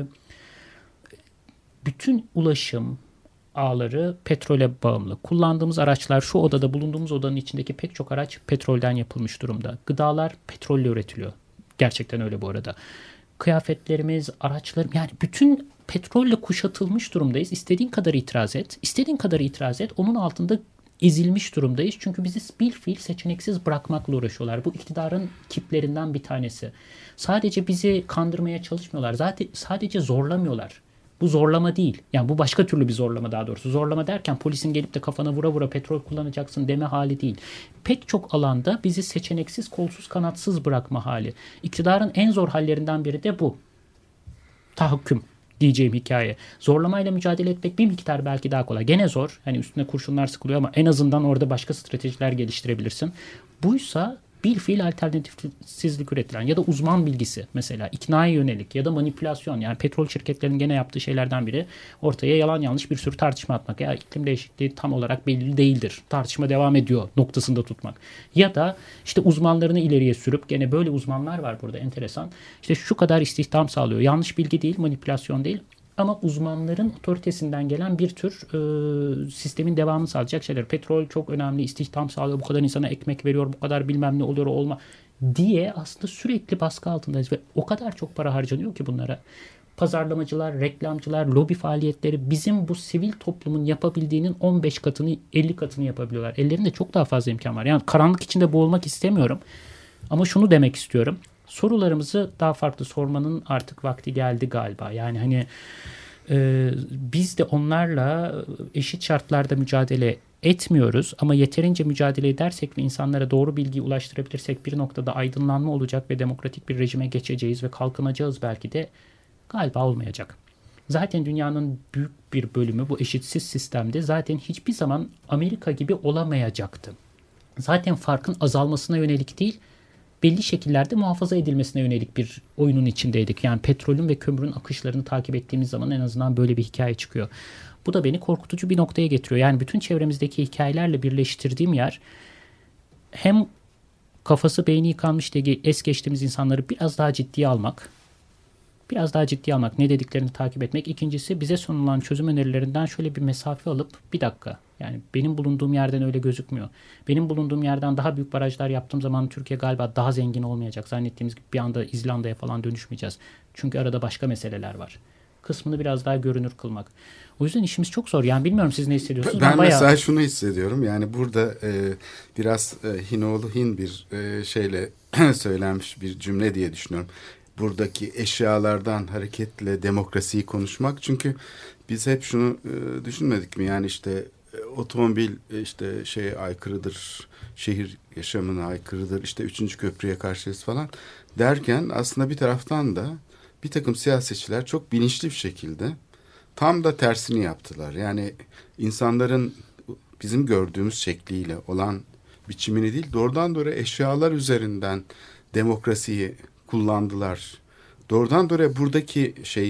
bütün ulaşım ağları petrole bağımlı. Kullandığımız araçlar, şu odada, bulunduğumuz odanın içindeki pek çok araç petrolden yapılmış durumda. Gıdalar petrolle üretiliyor. Gerçekten öyle bu arada. Kıyafetlerimiz, araçlarım, yani bütün petrolle kuşatılmış durumdayız. İstediğin kadar itiraz et. İstediğin kadar itiraz et. Onun altında ezilmiş durumdayız. Çünkü bizi bilfiil seçeneksiz bırakmakla uğraşıyorlar. Bu iktidarın kiplerinden bir tanesi. Sadece bizi kandırmaya çalışmıyorlar. Zaten sadece zorlamıyorlar. Bu zorlama değil. Yani bu başka türlü bir zorlama daha doğrusu. Zorlama derken polisin gelip de kafana vura vura petrol kullanacaksın deme hali değil. Pek çok alanda bizi seçeneksiz, kolsuz, kanatsız bırakma hali. İktidarın en zor hallerinden biri de bu. Tahakküm diyeceğim hikaye. Zorlamayla mücadele etmek bir miktar belki daha kolay. Gene zor. Hani üstüne kurşunlar sıkılıyor ama en azından orada başka stratejiler geliştirebilirsin. Buysa bilfiil alternatifsizlik üretilen ya da uzman bilgisi, mesela iknaya yönelik ya da manipülasyon, yani petrol şirketlerinin gene yaptığı şeylerden biri ortaya yalan yanlış bir sürü tartışma atmak. Ya iklim değişikliği tam olarak belli değildir, tartışma devam ediyor noktasında tutmak. Ya da işte uzmanlarını ileriye sürüp, gene böyle uzmanlar var burada enteresan, işte şu kadar istihdam sağlıyor. Yanlış bilgi değil, manipülasyon değil. Ama uzmanların otoritesinden gelen bir tür e, sistemin devamını sağlayacak şeyler. Petrol çok önemli, istihdam sağlıyor, bu kadar insana ekmek veriyor, bu kadar bilmem ne oluyor olma diye aslında sürekli baskı altındayız. Ve o kadar çok para harcanıyor ki bunlara. Pazarlamacılar, reklamcılar, lobi faaliyetleri bizim bu sivil toplumun yapabildiğinin on beş katını, elli katını yapabiliyorlar. Ellerinde çok daha fazla imkan var. Yani karanlık içinde boğulmak istemiyorum. Ama şunu demek istiyorum. Sorularımızı daha farklı sormanın artık vakti geldi galiba. Yani hani e, biz de onlarla eşit şartlarda mücadele etmiyoruz ama yeterince mücadele edersek ve insanlara doğru bilgiyi ulaştırabilirsek bir noktada aydınlanma olacak ve demokratik bir rejime geçeceğiz ve kalkınacağız belki de, galiba olmayacak. Zaten dünyanın büyük bir bölümü bu eşitsiz sistemde zaten hiçbir zaman Amerika gibi olamayacaktı. Zaten farkın azalmasına yönelik değil, belli şekillerde muhafaza edilmesine yönelik bir oyunun içindeydik. Yani petrolün ve kömürün akışlarını takip ettiğimiz zaman en azından böyle bir hikaye çıkıyor. Bu da beni korkutucu bir noktaya getiriyor. Yani bütün çevremizdeki hikayelerle birleştirdiğim yer, hem kafası beyni yıkanmış diye es geçtiğimiz insanları biraz daha ciddiye almak, biraz daha ciddiye almak, ne dediklerini takip etmek. İkincisi, bize sunulan çözüm önerilerinden şöyle bir mesafe alıp, bir dakika, yani benim bulunduğum yerden öyle gözükmüyor. Benim bulunduğum yerden daha büyük barajlar yaptığım zaman Türkiye galiba daha zengin olmayacak. Zannettiğimiz gibi bir anda İzlanda'ya falan dönüşmeyeceğiz. Çünkü arada başka meseleler var. Kısmını biraz daha görünür kılmak. O yüzden işimiz çok zor. Yani bilmiyorum siz ne hissediyorsunuz? Ben, ben bayağı... mesela şunu hissediyorum. Yani burada e, biraz e, Hinoğlu Hin bir e, şeyle söylenmiş bir cümle diye düşünüyorum. Buradaki eşyalardan hareketle demokrasiyi konuşmak. Çünkü biz hep şunu e, düşünmedik mi? Yani işte e, otomobil e, işte şeye aykırıdır, şehir yaşamına aykırıdır, işte üçüncü köprüye karşıyız falan derken aslında bir taraftan da bir takım siyasetçiler çok bilinçli bir şekilde tam da tersini yaptılar. Yani insanların bizim gördüğümüz şekliyle olan biçimini değil, doğrudan doğruya eşyalar üzerinden demokrasiyi kullandılar. Doğrudan doğruya buradaki şeyi,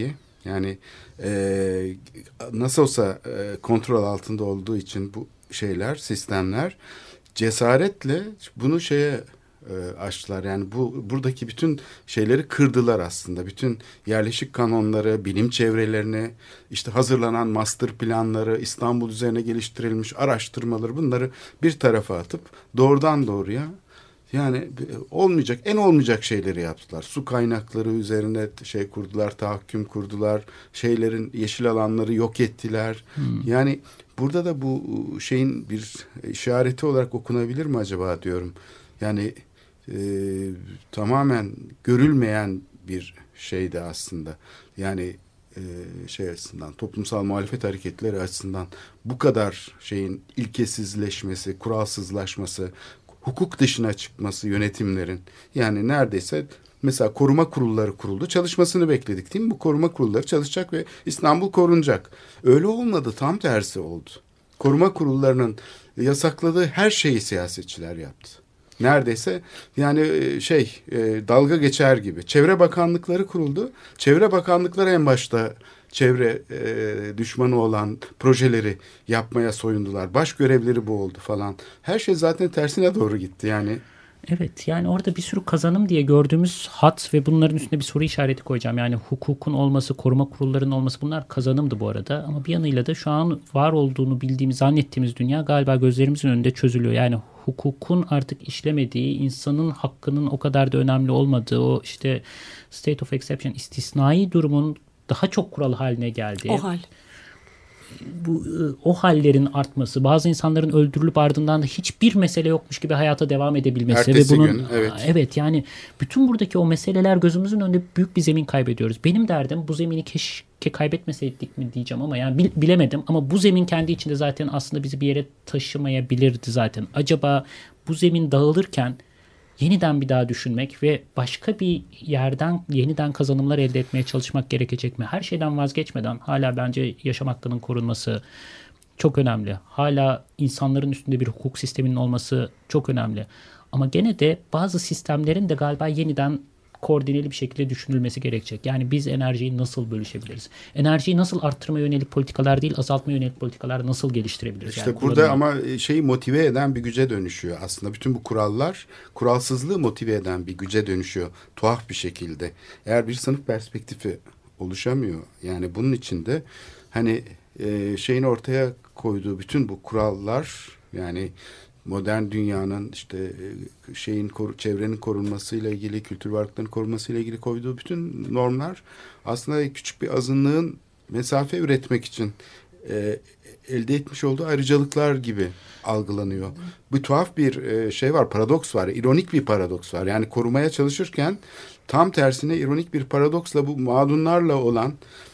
Yani e, nasıl olsa e, kontrol altında olduğu için bu şeyler, sistemler cesaretle bunu şeye e, açtılar. Yani bu buradaki bütün şeyleri kırdılar aslında. Bütün yerleşik kanonları, bilim çevrelerini, işte hazırlanan master planları, İstanbul üzerine geliştirilmiş araştırmaları, bunları bir tarafa atıp doğrudan doğruya yani olmayacak, en olmayacak şeyleri yaptılar. Su kaynakları üzerine şey kurdular, tahakküm kurdular. Şeylerin yeşil alanları yok ettiler. Hmm. Yani burada da bu şeyin bir işareti olarak okunabilir mi acaba diyorum. Yani e, tamamen görülmeyen bir şeydi aslında. Yani e, şey açısından, toplumsal muhalefet hareketleri açısından bu kadar şeyin ilkesizleşmesi, kuralsızlaşması, hukuk dışına çıkması yönetimlerin, yani neredeyse mesela koruma kurulları kuruldu, çalışmasını bekledik değil mi? Bu koruma kurulları çalışacak ve İstanbul korunacak. Öyle olmadı, tam tersi oldu. Koruma kurullarının yasakladığı her şeyi siyasetçiler yaptı. Neredeyse yani şey dalga geçer gibi. Çevre bakanlıkları kuruldu. Çevre bakanlıkları en başta çevre e, düşmanı olan projeleri yapmaya soyundular. Baş görevleri bu oldu falan. Her şey zaten tersine doğru gitti yani. Evet, yani orada bir sürü kazanım diye gördüğümüz hat ve bunların üstüne bir soru işareti koyacağım. Yani hukukun olması, koruma kurullarının olması, bunlar kazanımdı bu arada. Ama bir yanıyla da şu an var olduğunu bildiğimiz, zannettiğimiz dünya galiba gözlerimizin önünde çözülüyor. Yani hukukun artık işlemediği, insanın hakkının o kadar da önemli olmadığı, o işte state of exception, istisnai durumun daha çok kural haline geldi. O hal. Bu o hallerin artması, bazı insanların öldürülüp ardından da hiçbir mesele yokmuş gibi hayata devam edebilmesi ertesi ve bunun gün, evet. evet yani bütün buradaki o meseleler gözümüzün önünde büyük bir zemin kaybediyoruz. Benim derdim bu zemini keşke kaybetmeseydik mi diyeceğim ama yani bil, bilemedim ama bu zemin kendi içinde zaten aslında bizi bir yere taşımayabilirdi zaten. Acaba bu zemin dağılırken yeniden bir daha düşünmek ve başka bir yerden yeniden kazanımlar elde etmeye çalışmak gerekecek mi? Her şeyden vazgeçmeden hala bence yaşam hakkının korunması çok önemli. Hala insanların üstünde bir hukuk sisteminin olması çok önemli. Ama gene de bazı sistemlerin de galiba yeniden koordineli bir şekilde düşünülmesi gerekecek. Yani biz enerjiyi nasıl bölüşebiliriz? Enerjiyi nasıl arttırmaya yönelik politikalar değil, azaltmaya yönelik politikalar nasıl geliştirebiliriz? İşte yani burada ama şeyi motive eden bir güce dönüşüyor. Aslında bütün bu kurallar kuralsızlığı motive eden bir güce dönüşüyor. Tuhaf bir şekilde. Eğer bir sınıf perspektifi oluşamıyor. Yani bunun içinde hani e, şeyin ortaya koyduğu bütün bu kurallar, yani modern dünyanın işte şeyin çevrenin korunmasıyla ilgili, kültür varlıklarının korunmasıyla ilgili koyduğu bütün normlar aslında küçük bir azınlığın mesafe üretmek için e, elde etmiş olduğu ayrıcalıklar gibi algılanıyor. Bu tuhaf bir e, şey var, paradoks var, ironik bir paradoks var. Yani korumaya çalışırken tam tersine ironik bir paradoksla bu mağdunlarla olan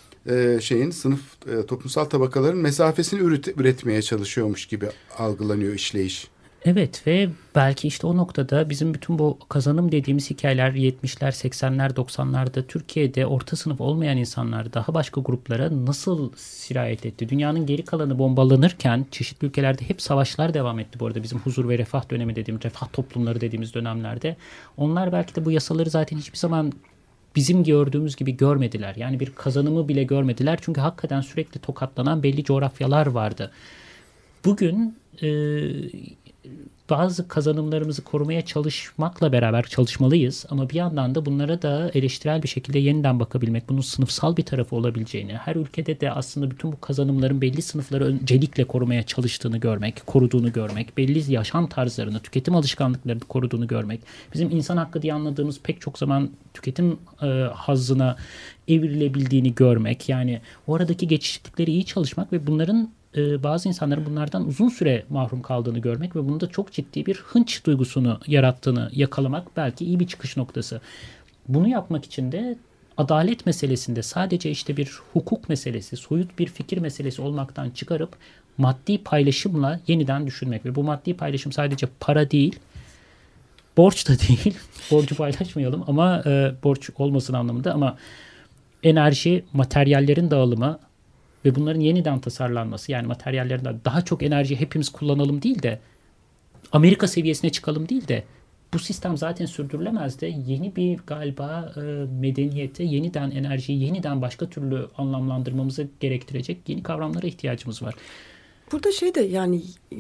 e, şeyin sınıf e, toplumsal tabakaların mesafesini üret, üretmeye çalışıyormuş gibi algılanıyor işleyiş. Evet ve belki işte o noktada bizim bütün bu kazanım dediğimiz hikayeler yetmişler, seksenler, doksanlarda Türkiye'de orta sınıf olmayan insanlar daha başka gruplara nasıl sirayet etti? Dünyanın geri kalanı bombalanırken çeşitli ülkelerde hep savaşlar devam etti bu arada. Bizim huzur ve refah dönemi dediğimiz, refah toplumları dediğimiz dönemlerde. Onlar belki de bu yasaları zaten hiçbir zaman bizim gördüğümüz gibi görmediler. Yani bir kazanımı bile görmediler. Çünkü hakikaten sürekli tokatlanan belli coğrafyalar vardı. Bugün e, bazı kazanımlarımızı korumaya çalışmakla beraber çalışmalıyız. Ama bir yandan da bunlara da eleştirel bir şekilde yeniden bakabilmek, bunun sınıfsal bir tarafı olabileceğini, her ülkede de aslında bütün bu kazanımların belli sınıfları öncelikle korumaya çalıştığını görmek, koruduğunu görmek, belli yaşam tarzlarını, tüketim alışkanlıklarını koruduğunu görmek, bizim insan hakkı diye anladığımız pek çok zaman tüketim e, hazzına evrilebildiğini görmek, yani oradaki geçişlikleri iyi çalışmak ve bunların bazı insanların bunlardan uzun süre mahrum kaldığını görmek ve bunda çok ciddi bir hınç duygusunu yarattığını yakalamak belki iyi bir çıkış noktası. Bunu yapmak için de adalet meselesinde sadece işte bir hukuk meselesi, soyut bir fikir meselesi olmaktan çıkarıp maddi paylaşımla yeniden düşünmek ve bu maddi paylaşım sadece para değil, borç da değil, borcu paylaşmayalım ama e, borç olmasın anlamında, ama enerji, materyallerin dağılımı ve bunların yeniden tasarlanması, yani materyallerden daha çok enerji hepimiz kullanalım değil de Amerika seviyesine çıkalım değil de bu sistem zaten sürdürülemez de yeni bir galiba e, medeniyete yeniden enerjiyi yeniden başka türlü anlamlandırmamızı gerektirecek yeni kavramlara ihtiyacımız var. Burada şey de yani e,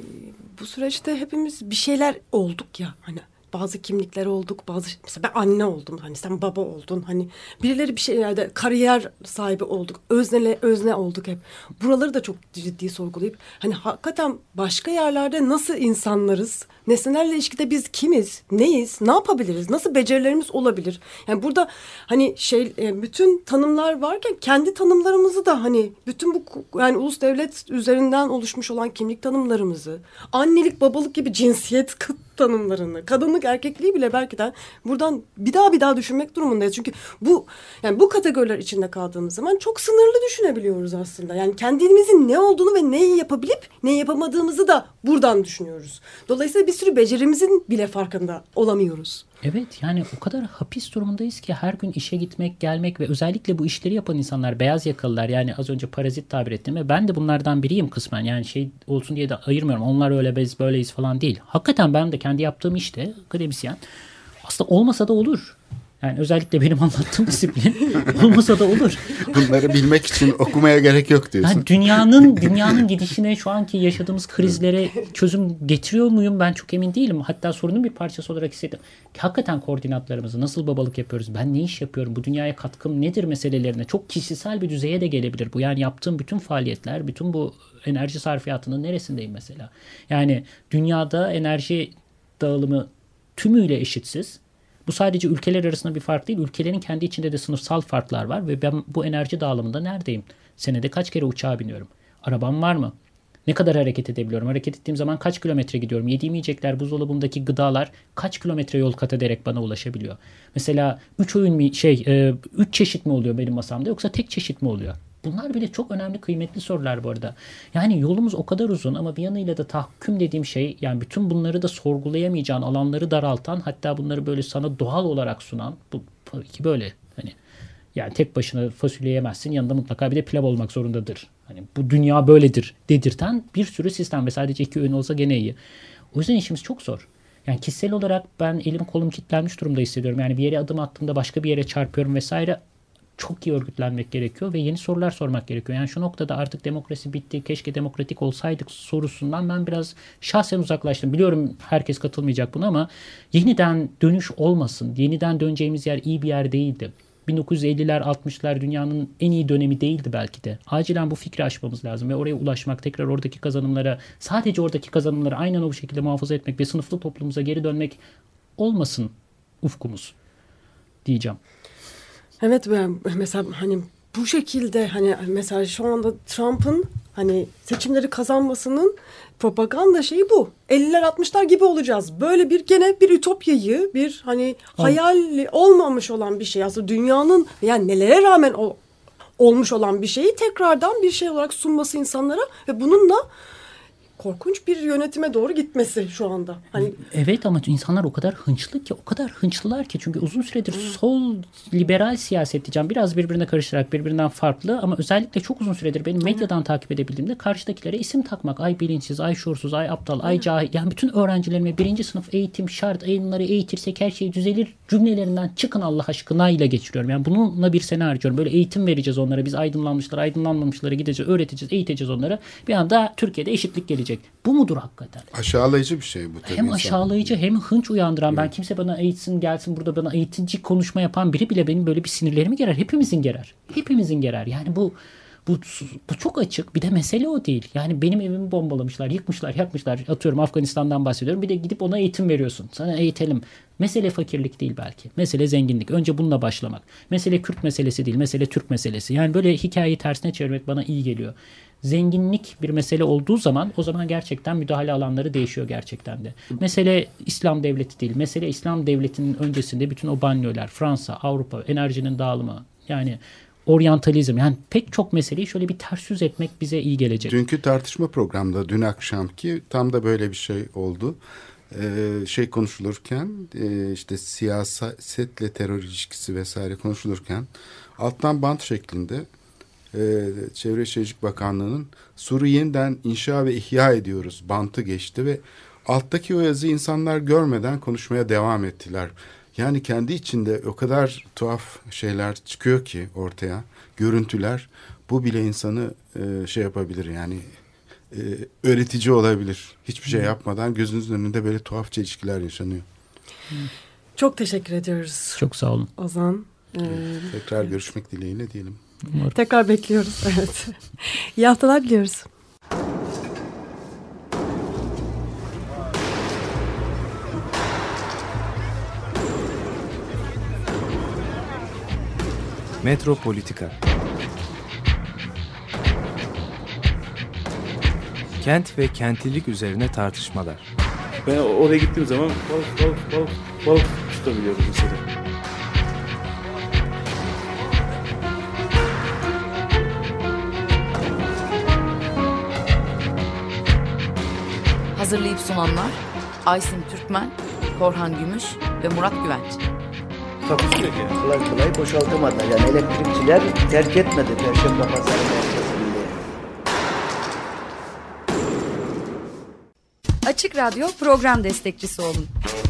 bu süreçte hepimiz bir şeyler olduk ya hani. Bazı kimlikler olduk, bazı mesela ben anne oldum, hani sen baba oldun, hani birileri bir şeylerde kariyer sahibi olduk, özne özne olduk hep. Buraları da çok ciddi sorgulayıp hani hakikaten başka yerlerde nasıl insanlarız, nesnelerle ilişkide biz kimiz, neyiz, ne yapabiliriz, nasıl becerilerimiz olabilir? Yani burada hani şey bütün tanımlar varken kendi tanımlarımızı da hani bütün bu yani ulus devlet üzerinden oluşmuş olan kimlik tanımlarımızı, annelik, babalık gibi cinsiyet tanımlarını, kadınlık, erkekliği bile belki de buradan bir daha bir daha düşünmek durumundayız. Çünkü bu yani bu kategoriler içinde kaldığımız zaman çok sınırlı düşünebiliyoruz aslında. Yani kendimizin ne olduğunu ve neyi yapabilip ne yapamadığımızı da buradan düşünüyoruz. Dolayısıyla bir sürü becerimizin bile farkında olamıyoruz. Evet, yani o kadar hapis durumundayız ki her gün işe gitmek, gelmek ve özellikle bu işleri yapan insanlar, beyaz yakalılar, yani az önce parazit tabir ettim ve ben de bunlardan biriyim kısmen. Yani şey olsun diye de ayırmıyorum. Onlar öyle biz böyleyiz falan değil. Hakikaten ben de kendi yaptığım işte akademisyen aslında olmasa da olur. Yani özellikle benim anlattığım disiplin olmasa da olur. Bunları bilmek için okumaya gerek yok diyorsun. Yani dünyanın dünyanın gidişine, şu anki yaşadığımız krizlere çözüm getiriyor muyum ben çok emin değilim. Hatta sorunun bir parçası olarak hissettim. Hakikaten koordinatlarımızı nasıl babalık yapıyoruz? Ben ne iş yapıyorum? Bu dünyaya katkım nedir meselelerine? Çok kişisel bir düzeye de gelebilir bu. Yani yaptığım bütün faaliyetler, bütün bu enerji sarfiyatının neresindeyim mesela? Yani dünyada enerji dağılımı tümüyle eşitsiz. Bu sadece ülkeler arasında bir fark değil. Ülkelerin kendi içinde de sınıfsal farklar var ve ben bu enerji dağılımında neredeyim? Senede kaç kere uçağa biniyorum? Arabam var mı? Ne kadar hareket edebiliyorum? Hareket ettiğim zaman kaç kilometre gidiyorum? Yediğim yiyecekler, buzdolabımdaki gıdalar kaç kilometre yol kat ederek bana ulaşabiliyor? Mesela üç öğün mi şey, üç çeşit mi oluyor benim masamda yoksa tek çeşit mi oluyor? Bunlar bile çok önemli, kıymetli sorular bu arada. Yani yolumuz o kadar uzun ama bir yanıyla da tahakküm dediğim şey, yani bütün bunları da sorgulayamayacağın, alanları daraltan, hatta bunları böyle sana doğal olarak sunan, bu tabii ki böyle hani yani tek başına fasulye yemezsin, yanında mutlaka bir de pilav olmak zorundadır. Hani bu dünya böyledir dedirten bir sürü sistem ve sadece iki öğün olsa gene iyi. O yüzden işimiz çok zor. Yani kişisel olarak ben elim kolum kilitlenmiş durumda hissediyorum. Yani bir yere adım attığımda başka bir yere çarpıyorum vesaire. Çok iyi örgütlenmek gerekiyor ve yeni sorular sormak gerekiyor. Yani şu noktada artık demokrasi bitti, keşke demokratik olsaydık sorusundan ben biraz şahsen uzaklaştım. Biliyorum herkes katılmayacak buna ama yeniden dönüş olmasın. Yeniden döneceğimiz yer iyi bir yer değildi. bin dokuz yüz elliler altmışlar dünyanın en iyi dönemi değildi belki de. Acilen bu fikri aşmamız lazım ve oraya ulaşmak, tekrar oradaki kazanımlara, sadece oradaki kazanımları aynen o şekilde muhafaza etmek ve sınıflı toplumumuza geri dönmek olmasın ufkumuz diyeceğim. Evet, ben mesela hani bu şekilde hani mesela şu anda Trump'ın hani seçimleri kazanmasının propaganda şeyi bu. elliler altmışlar gibi olacağız. Böyle bir gene bir ütopyayı, bir hani hayal olmamış olan bir şey. Aslında dünyanın yani nelere rağmen o olmuş olan bir şeyi tekrardan bir şey olarak sunması insanlara ve bununla korkunç bir yönetime doğru gitmesi şu anda. Hani evet ama insanlar o kadar hınçlı ki, o kadar hınçlılar ki çünkü uzun süredir sol liberal siyaset diyeceğim. Biraz birbirine karıştırarak birbirinden farklı ama özellikle çok uzun süredir benim medyadan takip edebildiğimde karşıdakilere isim takmak. Ay bilinçsiz, ay şuursuz, ay aptal, ay cahil. Yani bütün öğrencilerime birinci sınıf eğitim şart, onları eğitirsek her şey düzelir cümlelerinden çıkın Allah aşkına ile geçiriyorum. Yani bununla bir sene harcıyorum. Böyle eğitim vereceğiz onlara. Biz aydınlanmışlar, aydınlanmamışları gideceğiz, öğreteceğiz, eğiteceğiz onları. Bir anda Türkiye'de eşitlik gelecek. Bu mudur hakikaten? Aşağılayıcı bir şey bu tabii. Hem insan. aşağılayıcı hem hınç uyandıran. Evet. Ben kimse bana eğitsin gelsin burada bana eğitici konuşma yapan biri bile benim böyle bir sinirlerimi gerer. Hepimizin gerer. Hepimizin gerer. Yani bu bu bu çok açık. Bir de mesele o değil. Yani benim evimi bombalamışlar, yıkmışlar, yakmışlar. Atıyorum Afganistan'dan bahsediyorum. Bir de gidip ona eğitim veriyorsun. Sana eğitelim. Mesele fakirlik değil belki. Mesele zenginlik. Önce bununla başlamak. Mesele Kürt meselesi değil. Mesele Türk meselesi. Yani böyle hikayeyi tersine çevirmek bana iyi geliyor. Zenginlik bir mesele olduğu zaman o zaman gerçekten müdahale alanları değişiyor gerçekten de. Mesele İslam devleti değil. Mesele İslam devletinin öncesinde bütün o banyolar, Fransa, Avrupa, enerjinin dağılımı. Yani oryantalizm, yani pek çok meseleyi şöyle bir ters yüz etmek bize iyi gelecek. Dünkü tartışma programda dün akşamki tam da böyle bir şey oldu. Ee, şey konuşulurken e, işte siyasetle terör ilişkisi vesaire konuşulurken alttan bant şeklinde e, Çevre Şehircilik Bakanlığı'nın Sur'u yeniden inşa ve ihya ediyoruz bantı geçti ve alttaki o yazıyı insanlar görmeden konuşmaya devam ettiler. Yani kendi içinde o kadar tuhaf şeyler çıkıyor ki ortaya, görüntüler. Bu bile insanı e, şey yapabilir yani e, öğretici olabilir. Hiçbir şey yapmadan gözünüzün önünde böyle tuhaf çelişkiler yaşanıyor. Çok teşekkür ediyoruz. Çok sağ olun. Ozan. Ee, Tekrar görüşmek dileğiyle diyelim. Umarım. Tekrar bekliyoruz. Evet. İyi haftalar diliyoruz. Metropolitika. Kent ve kentlilik üzerine tartışmalar. Ben oraya gittiğim zaman balık balık balık balık tutabiliyorum mesela. Hazırlayıp sunanlar Aysin Türkmen, Korhan Gümüş ve Murat Güvenç. Takusuyor ki. Kolay kolay boşaltamadı. Yani elektrikçiler terk etmedi Perşembe Pazarı merkezini. Açık Radyo program destekçisi olun.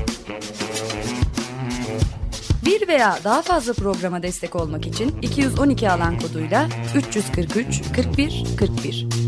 Bir veya daha fazla programa destek olmak için iki yüz on iki alan koduyla üç yüz kırk üç kırk bir kırk bir